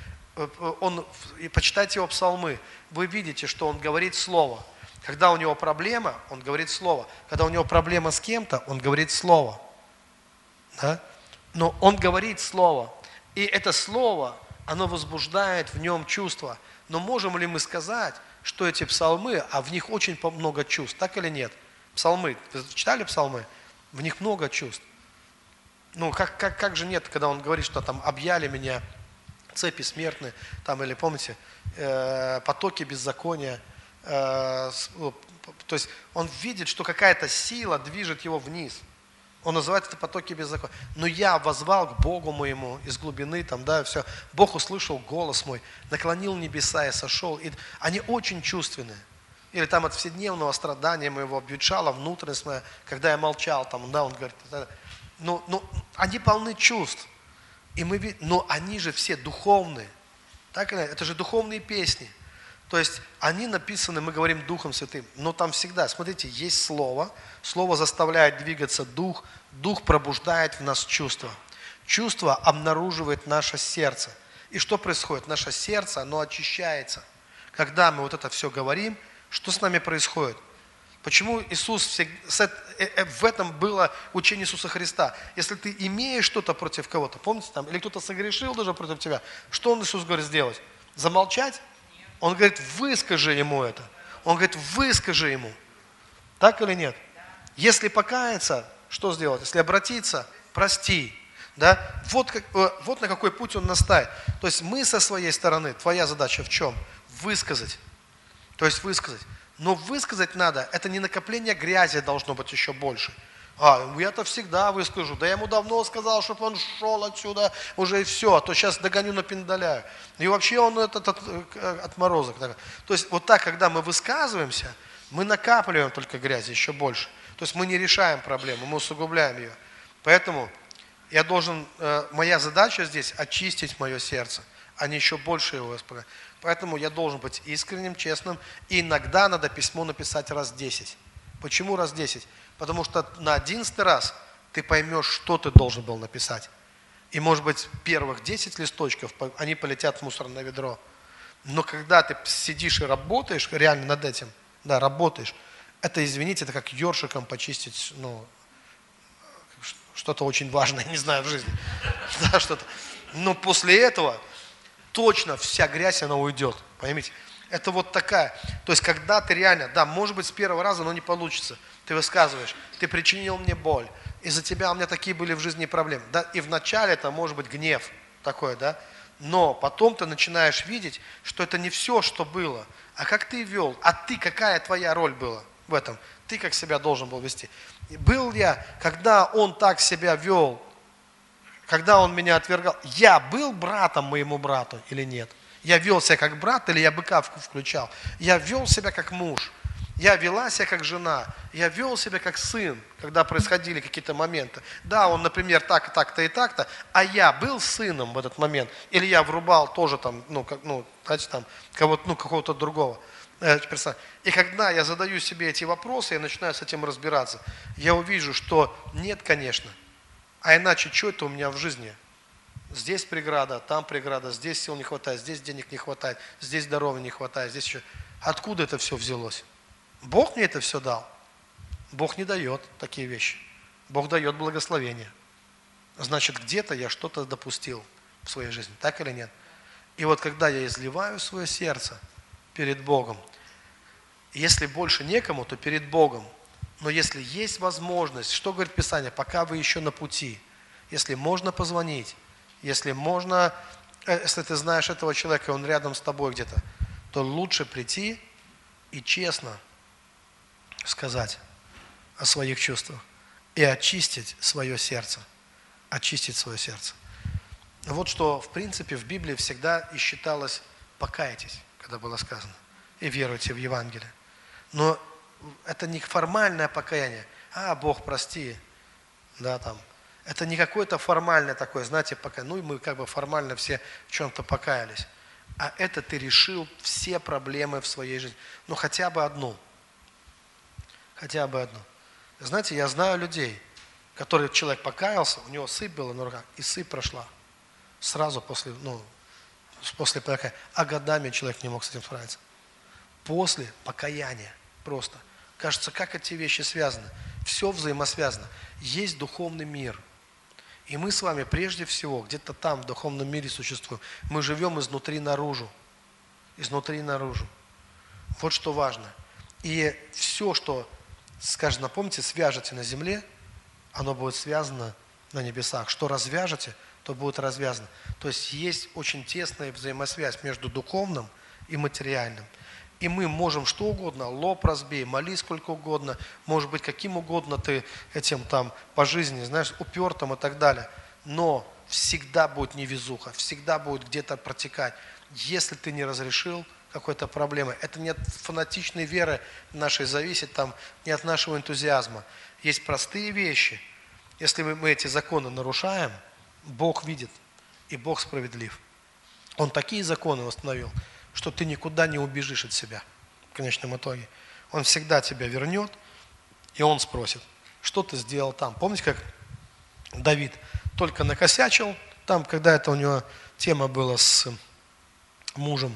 И почитайте его псалмы. Вы видите, что он говорит слово. Когда у него проблема, он говорит слово. Когда у него проблема с кем-то, он говорит слово. Да? Но он говорит слово. И это слово, оно возбуждает в нем чувства. Но можем ли мы сказать, что эти псалмы, а в них очень много чувств, так или нет? Псалмы, вы читали псалмы? В них много чувств. Как же нет, когда он говорит, что объяли меня цепи смертные, или помните, потоки беззакония. То есть он видит, что какая-то сила движет его вниз. Он называет это потоки беззакония. Но я воззвал к Богу моему из глубины, все. Бог услышал голос мой, наклонил небеса и сошел. И они очень чувственные. Или от вседневного страдания моего обветшала внутренность моя, когда я молчал, он говорит, они полны чувств. Но они же все духовные. Так или нет? Это же духовные песни. То есть они написаны, мы говорим Духом Святым. Но там всегда, смотрите, есть Слово. Слово заставляет двигаться Дух. Дух пробуждает в нас чувства. Чувство обнаруживает наше сердце. И что происходит? Наше сердце, оно очищается. Когда мы это все говорим, что с нами происходит? Почему Иисус, в этом было учение Иисуса Христа. Если ты имеешь что-то против кого-то, помните или кто-то согрешил даже против тебя, что Иисус говорит сделать? Замолчать? Он говорит, выскажи ему это. Он говорит, выскажи ему. Так или нет? Если покаяться, что сделать? Если обратиться, прости. Да? Вот на какой путь он наставит. То есть мы со своей стороны, твоя задача в чем? Высказать. То есть высказать. Но высказать надо, это не накопление грязи должно быть еще больше. Я-то всегда выскажу. Да я ему давно сказал, чтобы он шел отсюда уже и все, а то сейчас догоню, напиндаляю. И вообще он отморозок. То есть так, когда мы высказываемся, мы накапливаем только грязи еще больше. То есть мы не решаем проблему, мы усугубляем ее. Поэтому моя задача здесь очистить мое сердце, а не еще больше его исправлять. Поэтому я должен быть искренним, честным. И иногда надо письмо написать раз 10. Почему раз 10? Потому что на 11-й раз ты поймешь, что ты должен был написать. И может быть первых 10 листочков, они полетят в мусорное ведро. Но когда ты сидишь и работаешь реально над этим, работаешь, это, извините, это как ёршиком почистить, что-то очень важное, не знаю, в жизни. Что-то. Но после этого точно вся грязь, она уйдет. Поймите? Это такая. То есть, когда ты реально, может быть, с первого раза, но не получится. Ты высказываешь, ты причинил мне боль. Из-за тебя у меня такие были в жизни проблемы. Да? И вначале это может быть гнев такой, да? Но потом ты начинаешь видеть, что это не все, что было, а как ты вел. А ты, какая твоя роль была в этом? Ты как себя должен был вести. Был я, когда он так себя вел, когда он меня отвергал, я был братом моему брату или нет? Я вел себя как брат или я быка включал? Я вел себя как муж. Я вела себя как жена. Я вел себя как сын, когда происходили какие-то моменты. Да, он, например, так-то и так-то, а я был сыном в этот момент. Или я врубал тоже какого-то другого персонажа. И когда я задаю себе эти вопросы, я начинаю с этим разбираться, я увижу, что нет, конечно. А иначе, что это у меня в жизни? Здесь преграда, там преграда, здесь сил не хватает, здесь денег не хватает, здесь здоровья не хватает, здесь еще. Откуда это все взялось? Бог мне это все дал. Бог не дает такие вещи. Бог дает благословение. Значит, где-то я что-то допустил в своей жизни, так или нет? И вот когда я изливаю свое сердце перед Богом, если больше некому, то перед Богом. Но если есть возможность, что говорит Писание, пока вы еще на пути, если можно позвонить, если можно, если ты знаешь этого человека, он рядом с тобой где-то, то лучше прийти и честно сказать о своих чувствах и очистить свое сердце. Очистить свое сердце. Вот что, в принципе, в Библии всегда и считалось «покайтесь», когда было сказано, и веруйте в Евангелие. Но это не формальное покаяние. Бог, прости. Да, там. Это не какое-то формальное такое, знаете, покаяние. Ну и мы как бы формально все в чем-то покаялись. А это ты решил все проблемы в своей жизни. Ну хотя бы одну. Хотя бы одну. Знаете, я знаю людей, которые человек покаялся, у него сыпь была на руках, и сыпь прошла. Сразу после покаяния. А годами человек не мог с этим справиться. После покаяния просто. Кажется, как эти вещи связаны? Все взаимосвязано. Есть духовный мир. И мы с вами прежде всего, где-то там, в духовном мире существуем. Мы живем изнутри наружу. Изнутри наружу. Вот что важно. И все, что, скажем, помните, свяжете на земле, оно будет связано на небесах. Что развяжете, то будет развязано. То есть очень тесная взаимосвязь между духовным и материальным. И мы можем что угодно, лоб разбей, молись сколько угодно, может быть, каким угодно ты этим там по жизни, знаешь, упертым и так далее. Но всегда будет невезуха, всегда будет где-то протекать, если ты не разрешил какой-то проблемы. Это не от фанатичной веры нашей зависит, там, не от нашего энтузиазма. Есть простые вещи. Если мы эти законы нарушаем, Бог видит, и Бог справедлив. Он такие законы установил, что ты никуда не убежишь от себя в конечном итоге. Он всегда тебя вернет, и он спросит, что ты сделал там. Помните, как Давид только накосячил, там, когда это у него тема была с мужем,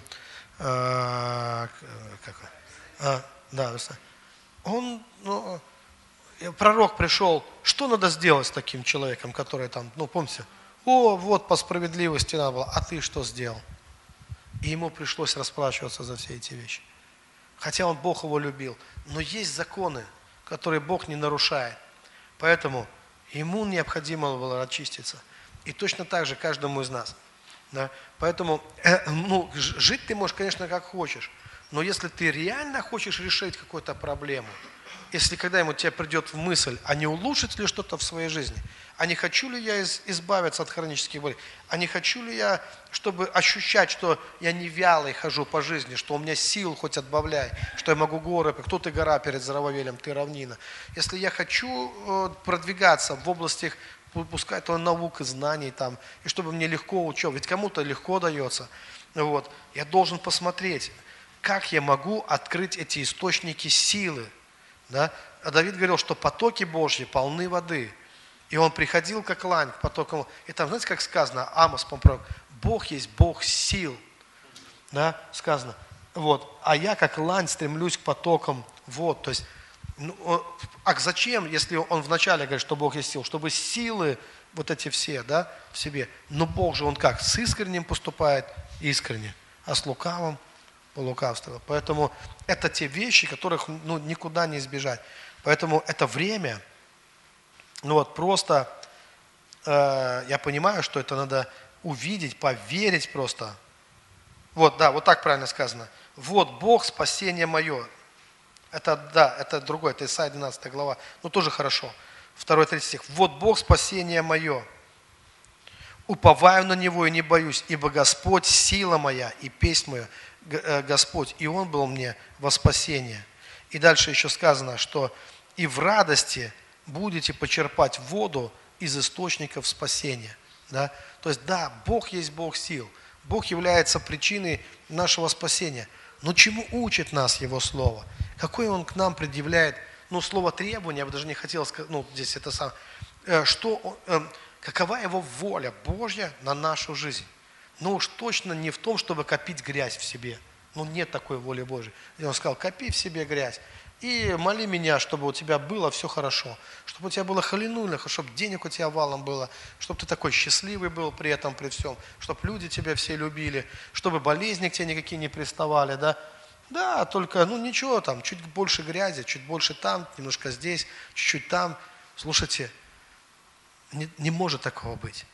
пророк пришел, что надо сделать с таким человеком, который там, помните, вот по справедливости надо было, а ты что сделал? И ему пришлось расплачиваться за все эти вещи. Хотя Бог его любил. Но есть законы, которые Бог не нарушает. Поэтому ему необходимо было очиститься. И точно так же каждому из нас. Да? Поэтому жить ты можешь, конечно, как хочешь. Но если ты реально хочешь решить какую-то проблему, если когда-нибудь тебе придет в мысль, а не улучшить ли что-то в своей жизни, а не хочу ли я избавиться от хронических болей, а не хочу ли я, чтобы ощущать, что я не вялый хожу по жизни, что у меня сил хоть отбавляй, что я могу горы, кто ты гора перед Зарававелем, ты равнина. Если я хочу продвигаться в области, пускай то наук и знаний, там, и чтобы мне легко учил, ведь кому-то легко дается, я должен посмотреть, как я могу открыть эти источники силы. Да? А Давид говорил, что потоки Божьи полны воды. И он приходил как лань к потокам. И там, знаете, как сказано, Амос, по-моему, Бог есть Бог сил. Да? Сказано. А я как лань стремлюсь к потокам вод. То есть, зачем, если он вначале говорит, что Бог есть сил? Чтобы силы вот эти все, да, в себе. Но Бог же, он как? С искренним поступает искренне, а с лукавым по лукавству. Поэтому это те вещи, которых никуда не избежать. Поэтому это время, просто я понимаю, что это надо увидеть, поверить просто. Вот так правильно сказано. Бог спасение мое. Это другое, это Исайя 12 глава. Тоже хорошо. 2-3 стих. Бог спасение мое. Уповаю на Него и не боюсь, ибо Господь сила моя и песнь моя, Господь, и Он был мне во спасение. И дальше еще сказано, что и в радости будете почерпать воду из источников спасения. Да? То есть, Бог есть Бог сил. Бог является причиной нашего спасения. Но чему учит нас Его Слово? Какое Он к нам предъявляет, слово требования, я бы даже не хотел сказать, здесь это сам, Какова его воля Божья на нашу жизнь? Ну уж точно не в том, чтобы копить грязь в себе. Ну нет такой воли Божьей. И он сказал, копи в себе грязь. И моли меня, чтобы у тебя было все хорошо. Чтобы у тебя было халилуя, чтобы денег у тебя валом было. Чтобы ты такой счастливый был при этом, при всем. Чтобы люди тебя все любили. Чтобы болезни к тебе никакие не приставали. Да, да, только, ну ничего там, чуть больше грязи, чуть больше там, немножко здесь, чуть-чуть там. Слушайте, не может такого быть.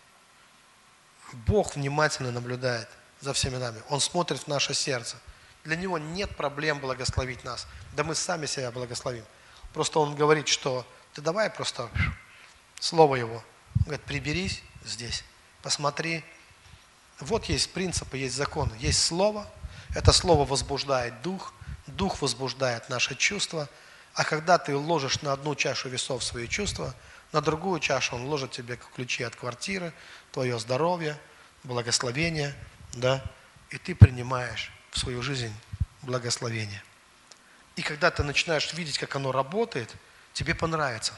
Бог внимательно наблюдает за всеми нами. Он смотрит в наше сердце. Для Него нет проблем благословить нас. Да мы сами себя благословим. Просто Он говорит, что ты давай просто слово Его. Он говорит, приберись здесь, посмотри. Вот есть принципы, есть законы. Есть слово. Это слово возбуждает дух. Дух возбуждает наши чувства. А когда ты ложишь на одну чашу весов свои чувства, на другую чашу Он ложит тебе ключи от квартиры, твое здоровье, благословение, да, и ты принимаешь в свою жизнь благословение. И когда ты начинаешь видеть, как оно работает, тебе понравится.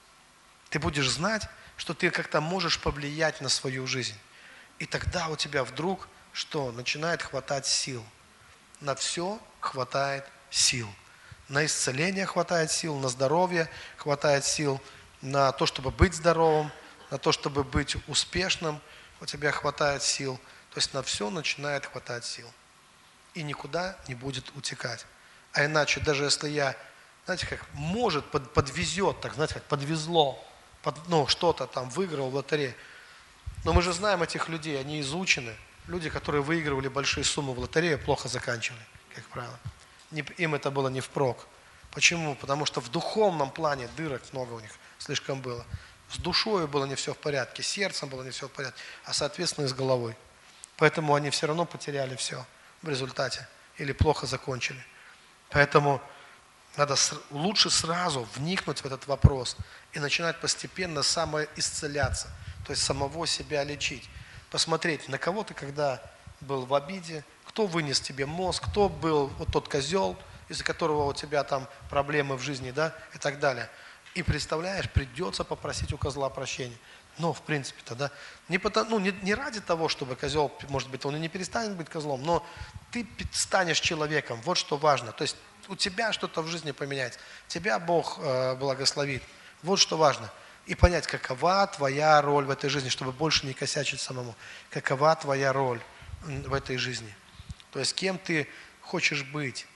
Ты будешь знать, что ты как-то можешь повлиять на свою жизнь. И тогда у тебя вдруг что? Начинает хватать сил. На все хватает сил. На исцеление хватает сил, на здоровье хватает сил, на то, чтобы быть здоровым, на то, чтобы быть успешным, у тебя хватает сил. То есть на все начинает хватать сил. И никуда не будет утекать. А иначе, даже если я, знаете, как, может, подвезет, так, знаете, как подвезло, что-то там выиграл в лотерее. Но мы же знаем этих людей, они изучены. Люди, которые выигрывали большие суммы в лотерею, плохо заканчивали, как правило. Им это было не впрок. Почему? Потому что в духовном плане дырок много у них слишком было. С душой было не все в порядке, с сердцем было не все в порядке, а соответственно и с головой. Поэтому они все равно потеряли все в результате или плохо закончили. Поэтому надо лучше сразу вникнуть в этот вопрос и начинать постепенно самоисцеляться, то есть самого себя лечить. Посмотреть, на кого ты когда был в обиде, кто вынес тебе мозг, кто был вот тот козел, из-за которого у тебя там проблемы в жизни, да, и так далее. И представляешь, придется попросить у козла прощения. Но, в принципе-то, да, не ради того, чтобы козел, может быть, он и не перестанет быть козлом, но ты станешь человеком, вот что важно. То есть у тебя что-то в жизни поменяется, тебя Бог благословит, вот что важно. И понять, какова твоя роль в этой жизни, чтобы больше не косячить самому. Какова твоя роль в этой жизни. То есть кем ты хочешь быть,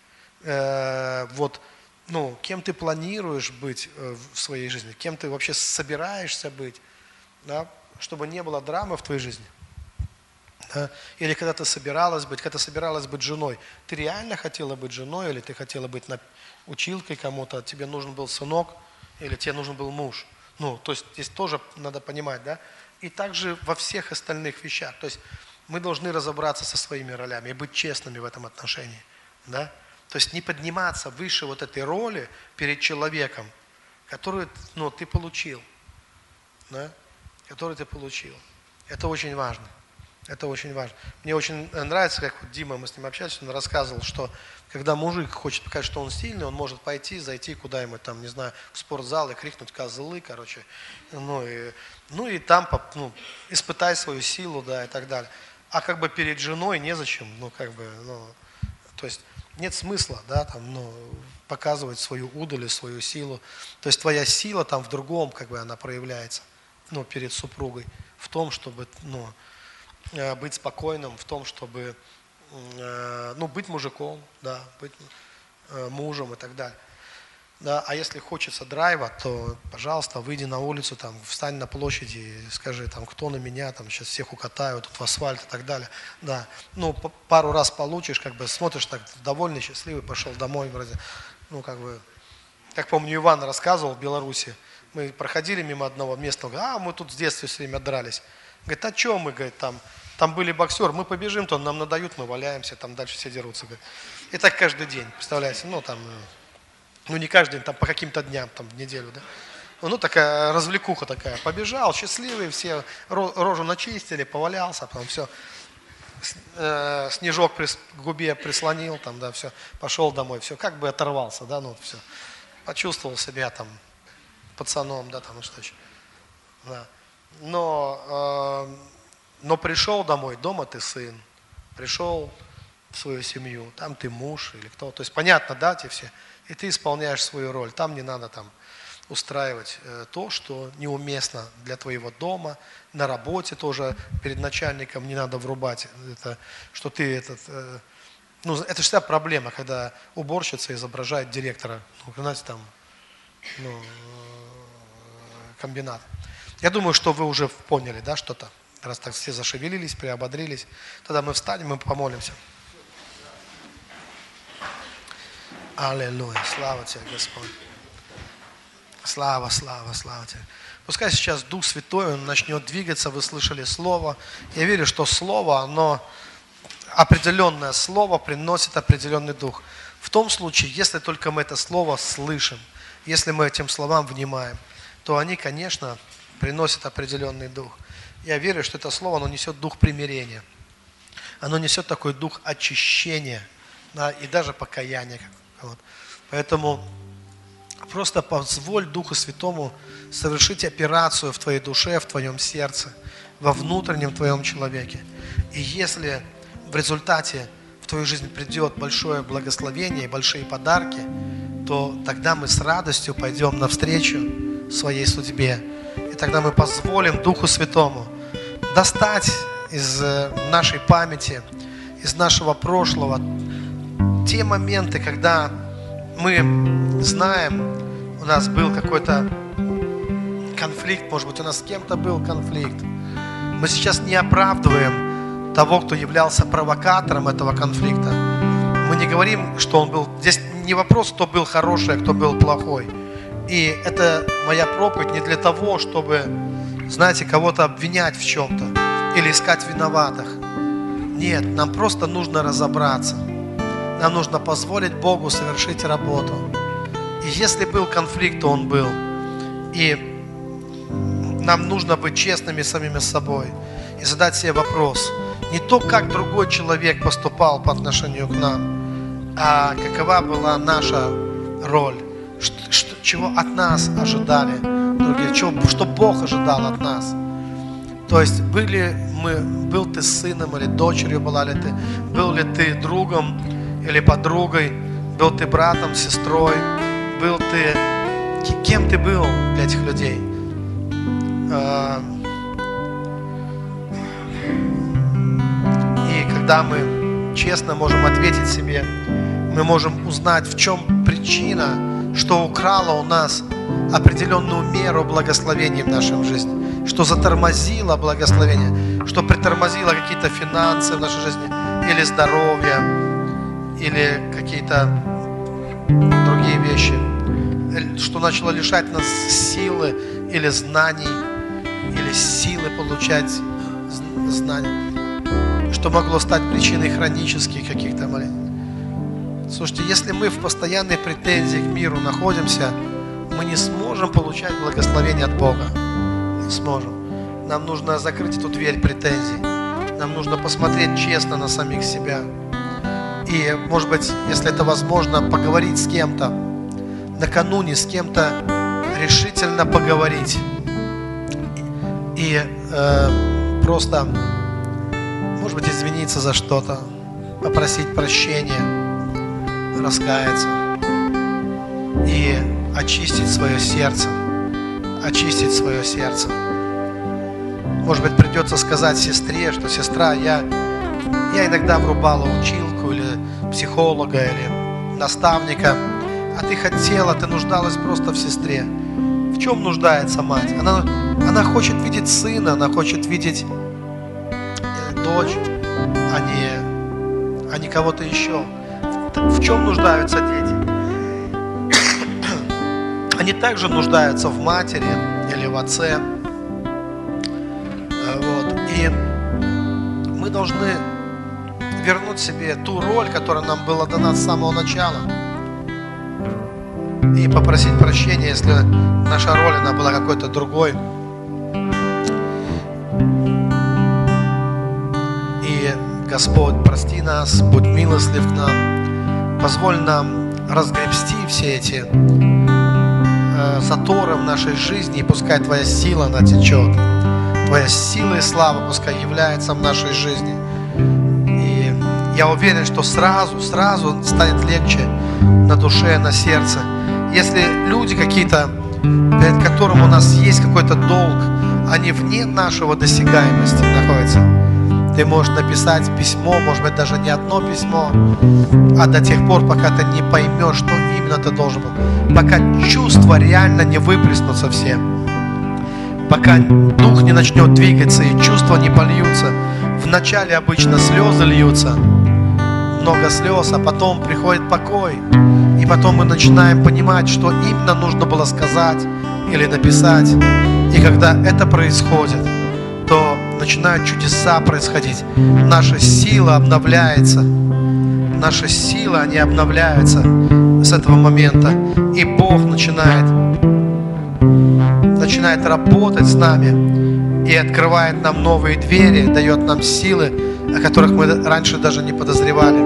кем ты планируешь быть в своей жизни, кем ты вообще собираешься быть, да, чтобы не было драмы в твоей жизни. Да? Или когда ты собиралась быть женой, ты реально хотела быть женой, или ты хотела быть училкой кому-то, тебе нужен был сынок, или тебе нужен был муж. То есть здесь тоже надо понимать, да? И также во всех остальных вещах. То есть мы должны разобраться со своими ролями и быть честными в этом отношении, да? То есть не подниматься выше вот этой роли перед человеком, которую ты получил. Да? Которую ты получил. Это очень важно. Это очень важно. Мне очень нравится, как вот Дима, мы с ним общались, он рассказывал, что когда мужик хочет показать, что он сильный, он может зайти куда-нибудь там, не знаю, в спортзал и крикнуть козлы, короче. И там испытай свою силу, да, и так далее. А как бы перед женой незачем, то есть нет смысла, да, показывать свою удаль и свою силу. То есть твоя сила там в другом, она проявляется, перед супругой, в том, чтобы, быть спокойным, в том, чтобы, быть мужиком, да, быть мужем и так далее. Да, а если хочется драйва, то, пожалуйста, выйди на улицу, встань на площади и скажи, кто на меня, сейчас всех укатают, тут в асфальт и так далее. Да. Пару раз получишь, смотришь так довольный, счастливый, пошел домой, вроде, как помню, Иван рассказывал в Беларуси, мы проходили мимо одного места, мы тут с детства все время дрались. Говорит, а что мы, говорит, там были боксеры, мы побежим, то нам надают, мы валяемся, там дальше все дерутся. Говорит. И так каждый день, представляете, не каждый день, по каким-то дням, в неделю, да. Такая развлекуха такая. Побежал, счастливый, все рожу начистили, повалялся, потом все, снежок к губе прислонил, все, пошел домой, все, как бы оторвался, да, все. Почувствовал себя пацаном, да, что еще. Да. но пришел домой, дома ты сын, пришел в свою семью, там ты муж или кто. То есть понятно, да, те все. И ты исполняешь свою роль. Там не надо там устраивать то, что неуместно для твоего дома, на работе тоже перед начальником не надо врубать это, что ты это всегда проблема, когда уборщица изображает директора, знаете, там, комбинат. Я думаю, что вы уже поняли, да, что-то. Раз так все зашевелились, приободрились, тогда мы встанем и помолимся. Аллилуйя, слава тебе, Господь. Слава, слава, слава тебе. Пускай сейчас Дух Святой, Он начнет двигаться, вы слышали Слово. Я верю, что Слово, оно определенное Слово приносит определенный Дух. В том случае, если только мы это Слово слышим, если мы этим словам внимаем, то они, конечно, приносят определенный Дух. Я верю, что это Слово, оно несет Дух примирения. Оно несет такой Дух очищения, да, и даже покаяния. Вот. Поэтому просто позволь Духу Святому совершить операцию в твоей душе, в твоем сердце, во внутреннем твоем человеке. И если в результате в твою жизнь придет большое благословение и большие подарки, то тогда мы с радостью пойдем навстречу своей судьбе. И тогда мы позволим Духу Святому достать из нашей памяти, из нашего прошлого те моменты, когда мы знаем, у нас был какой-то конфликт, может быть, у нас с кем-то был конфликт. Мы сейчас не оправдываем того, кто являлся провокатором этого конфликта. Мы не говорим, что он был... Здесь не вопрос, кто был хороший, а кто был плохой. И это моя проповедь не для того, чтобы, знаете, кого-то обвинять в чем-то или искать виноватых. Нет, нам просто нужно разобраться. Нам нужно позволить Богу совершить работу. И если был конфликт, то он был. И нам нужно быть честными самими собой и задать себе вопрос. Не то, как другой человек поступал по отношению к нам, а какова была наша роль, чего от нас ожидали другие, что Бог ожидал от нас. То есть был ты сыном или дочерью была ли ты, был ли ты другом или подругой, был ты братом, сестрой, был ты, кем ты был для этих людей. И когда мы честно можем ответить себе, мы можем узнать, в чем причина, что украло у нас определенную меру благословений в нашей жизни, что затормозило благословение, что притормозило какие-то финансы в нашей жизни, или здоровье, или какие-то другие вещи, что начало лишать нас силы или знаний, или силы получать знания, что могло стать причиной хронических каких-то болезней. Слушайте, если мы в постоянной претензии к миру находимся, мы не сможем получать благословение от Бога. Не сможем. Нам нужно закрыть эту дверь претензий. Нам нужно посмотреть честно на самих себя. И, может быть, если это возможно, поговорить с кем-то. Накануне с кем-то решительно поговорить. И просто, может быть, извиниться за что-то. Попросить прощения. Раскаяться и очистить свое сердце. Очистить свое сердце. Может быть, придется сказать сестре, что сестра, я иногда врубала училку или психолога, или наставника, а ты хотела, ты нуждалась просто в сестре. В чем нуждается мать? Она хочет видеть сына, она хочет видеть дочь, а не кого-то еще. В чем нуждаются дети? Они также нуждаются в матери или в отце. Вот. И мы должны вернуть себе ту роль, которая нам была дана с самого начала. И попросить прощения, если наша роль она была какой-то другой. И Господь, прости нас, будь милостлив к нам. Позволь нам разгребсти все эти заторы в нашей жизни, и пускай Твоя сила натечет. Твоя сила и слава пускай является в нашей жизни. И я уверен, что сразу станет легче на душе, на сердце. Если люди какие-то, перед которым у нас есть какой-то долг, они вне нашего досягаемости находятся, ты можешь написать письмо, может быть, даже не одно письмо, а до тех пор, пока ты не поймешь, что именно ты должен был, пока чувства реально не выплеснутся все, пока дух не начнет двигаться и чувства не польются. Вначале обычно слезы льются, много слез, а потом приходит покой. И потом мы начинаем понимать, что именно нужно было сказать или написать. И когда это происходит, то начинают чудеса происходить. Наша сила обновляется. Наши силы, они обновляются с этого момента. И Бог начинает работать с нами и открывает нам новые двери, дает нам силы, о которых мы раньше даже не подозревали.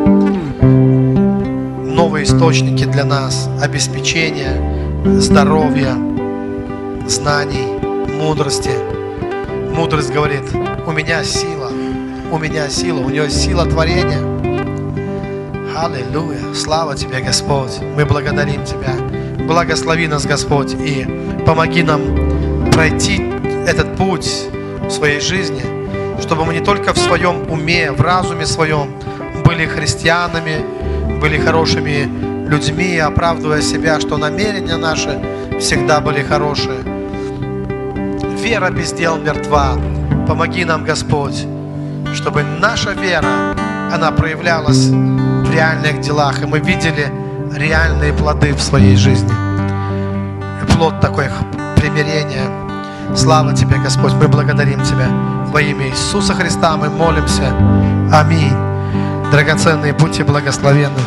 Новые источники для нас, обеспечения, здоровья, знаний, мудрости. Мудрость говорит: у меня сила, у нее сила творения. Аллилуйя! Слава Тебе, Господь! Мы благодарим Тебя. Благослови нас, Господь, и помоги нам пройти этот путь в своей жизни, чтобы мы не только в своем уме, в разуме своем были христианами, были хорошими людьми, оправдывая себя, что намерения наши всегда были хорошие. Вера без дел мертва. Помоги нам, Господь, чтобы наша вера, она проявлялась в реальных делах, и мы видели реальные плоды в своей жизни. Плод такой примирения. Слава Тебе, Господь, мы благодарим Тебя. Во имя Иисуса Христа мы молимся. Аминь. Драгоценные, будьте благословенны.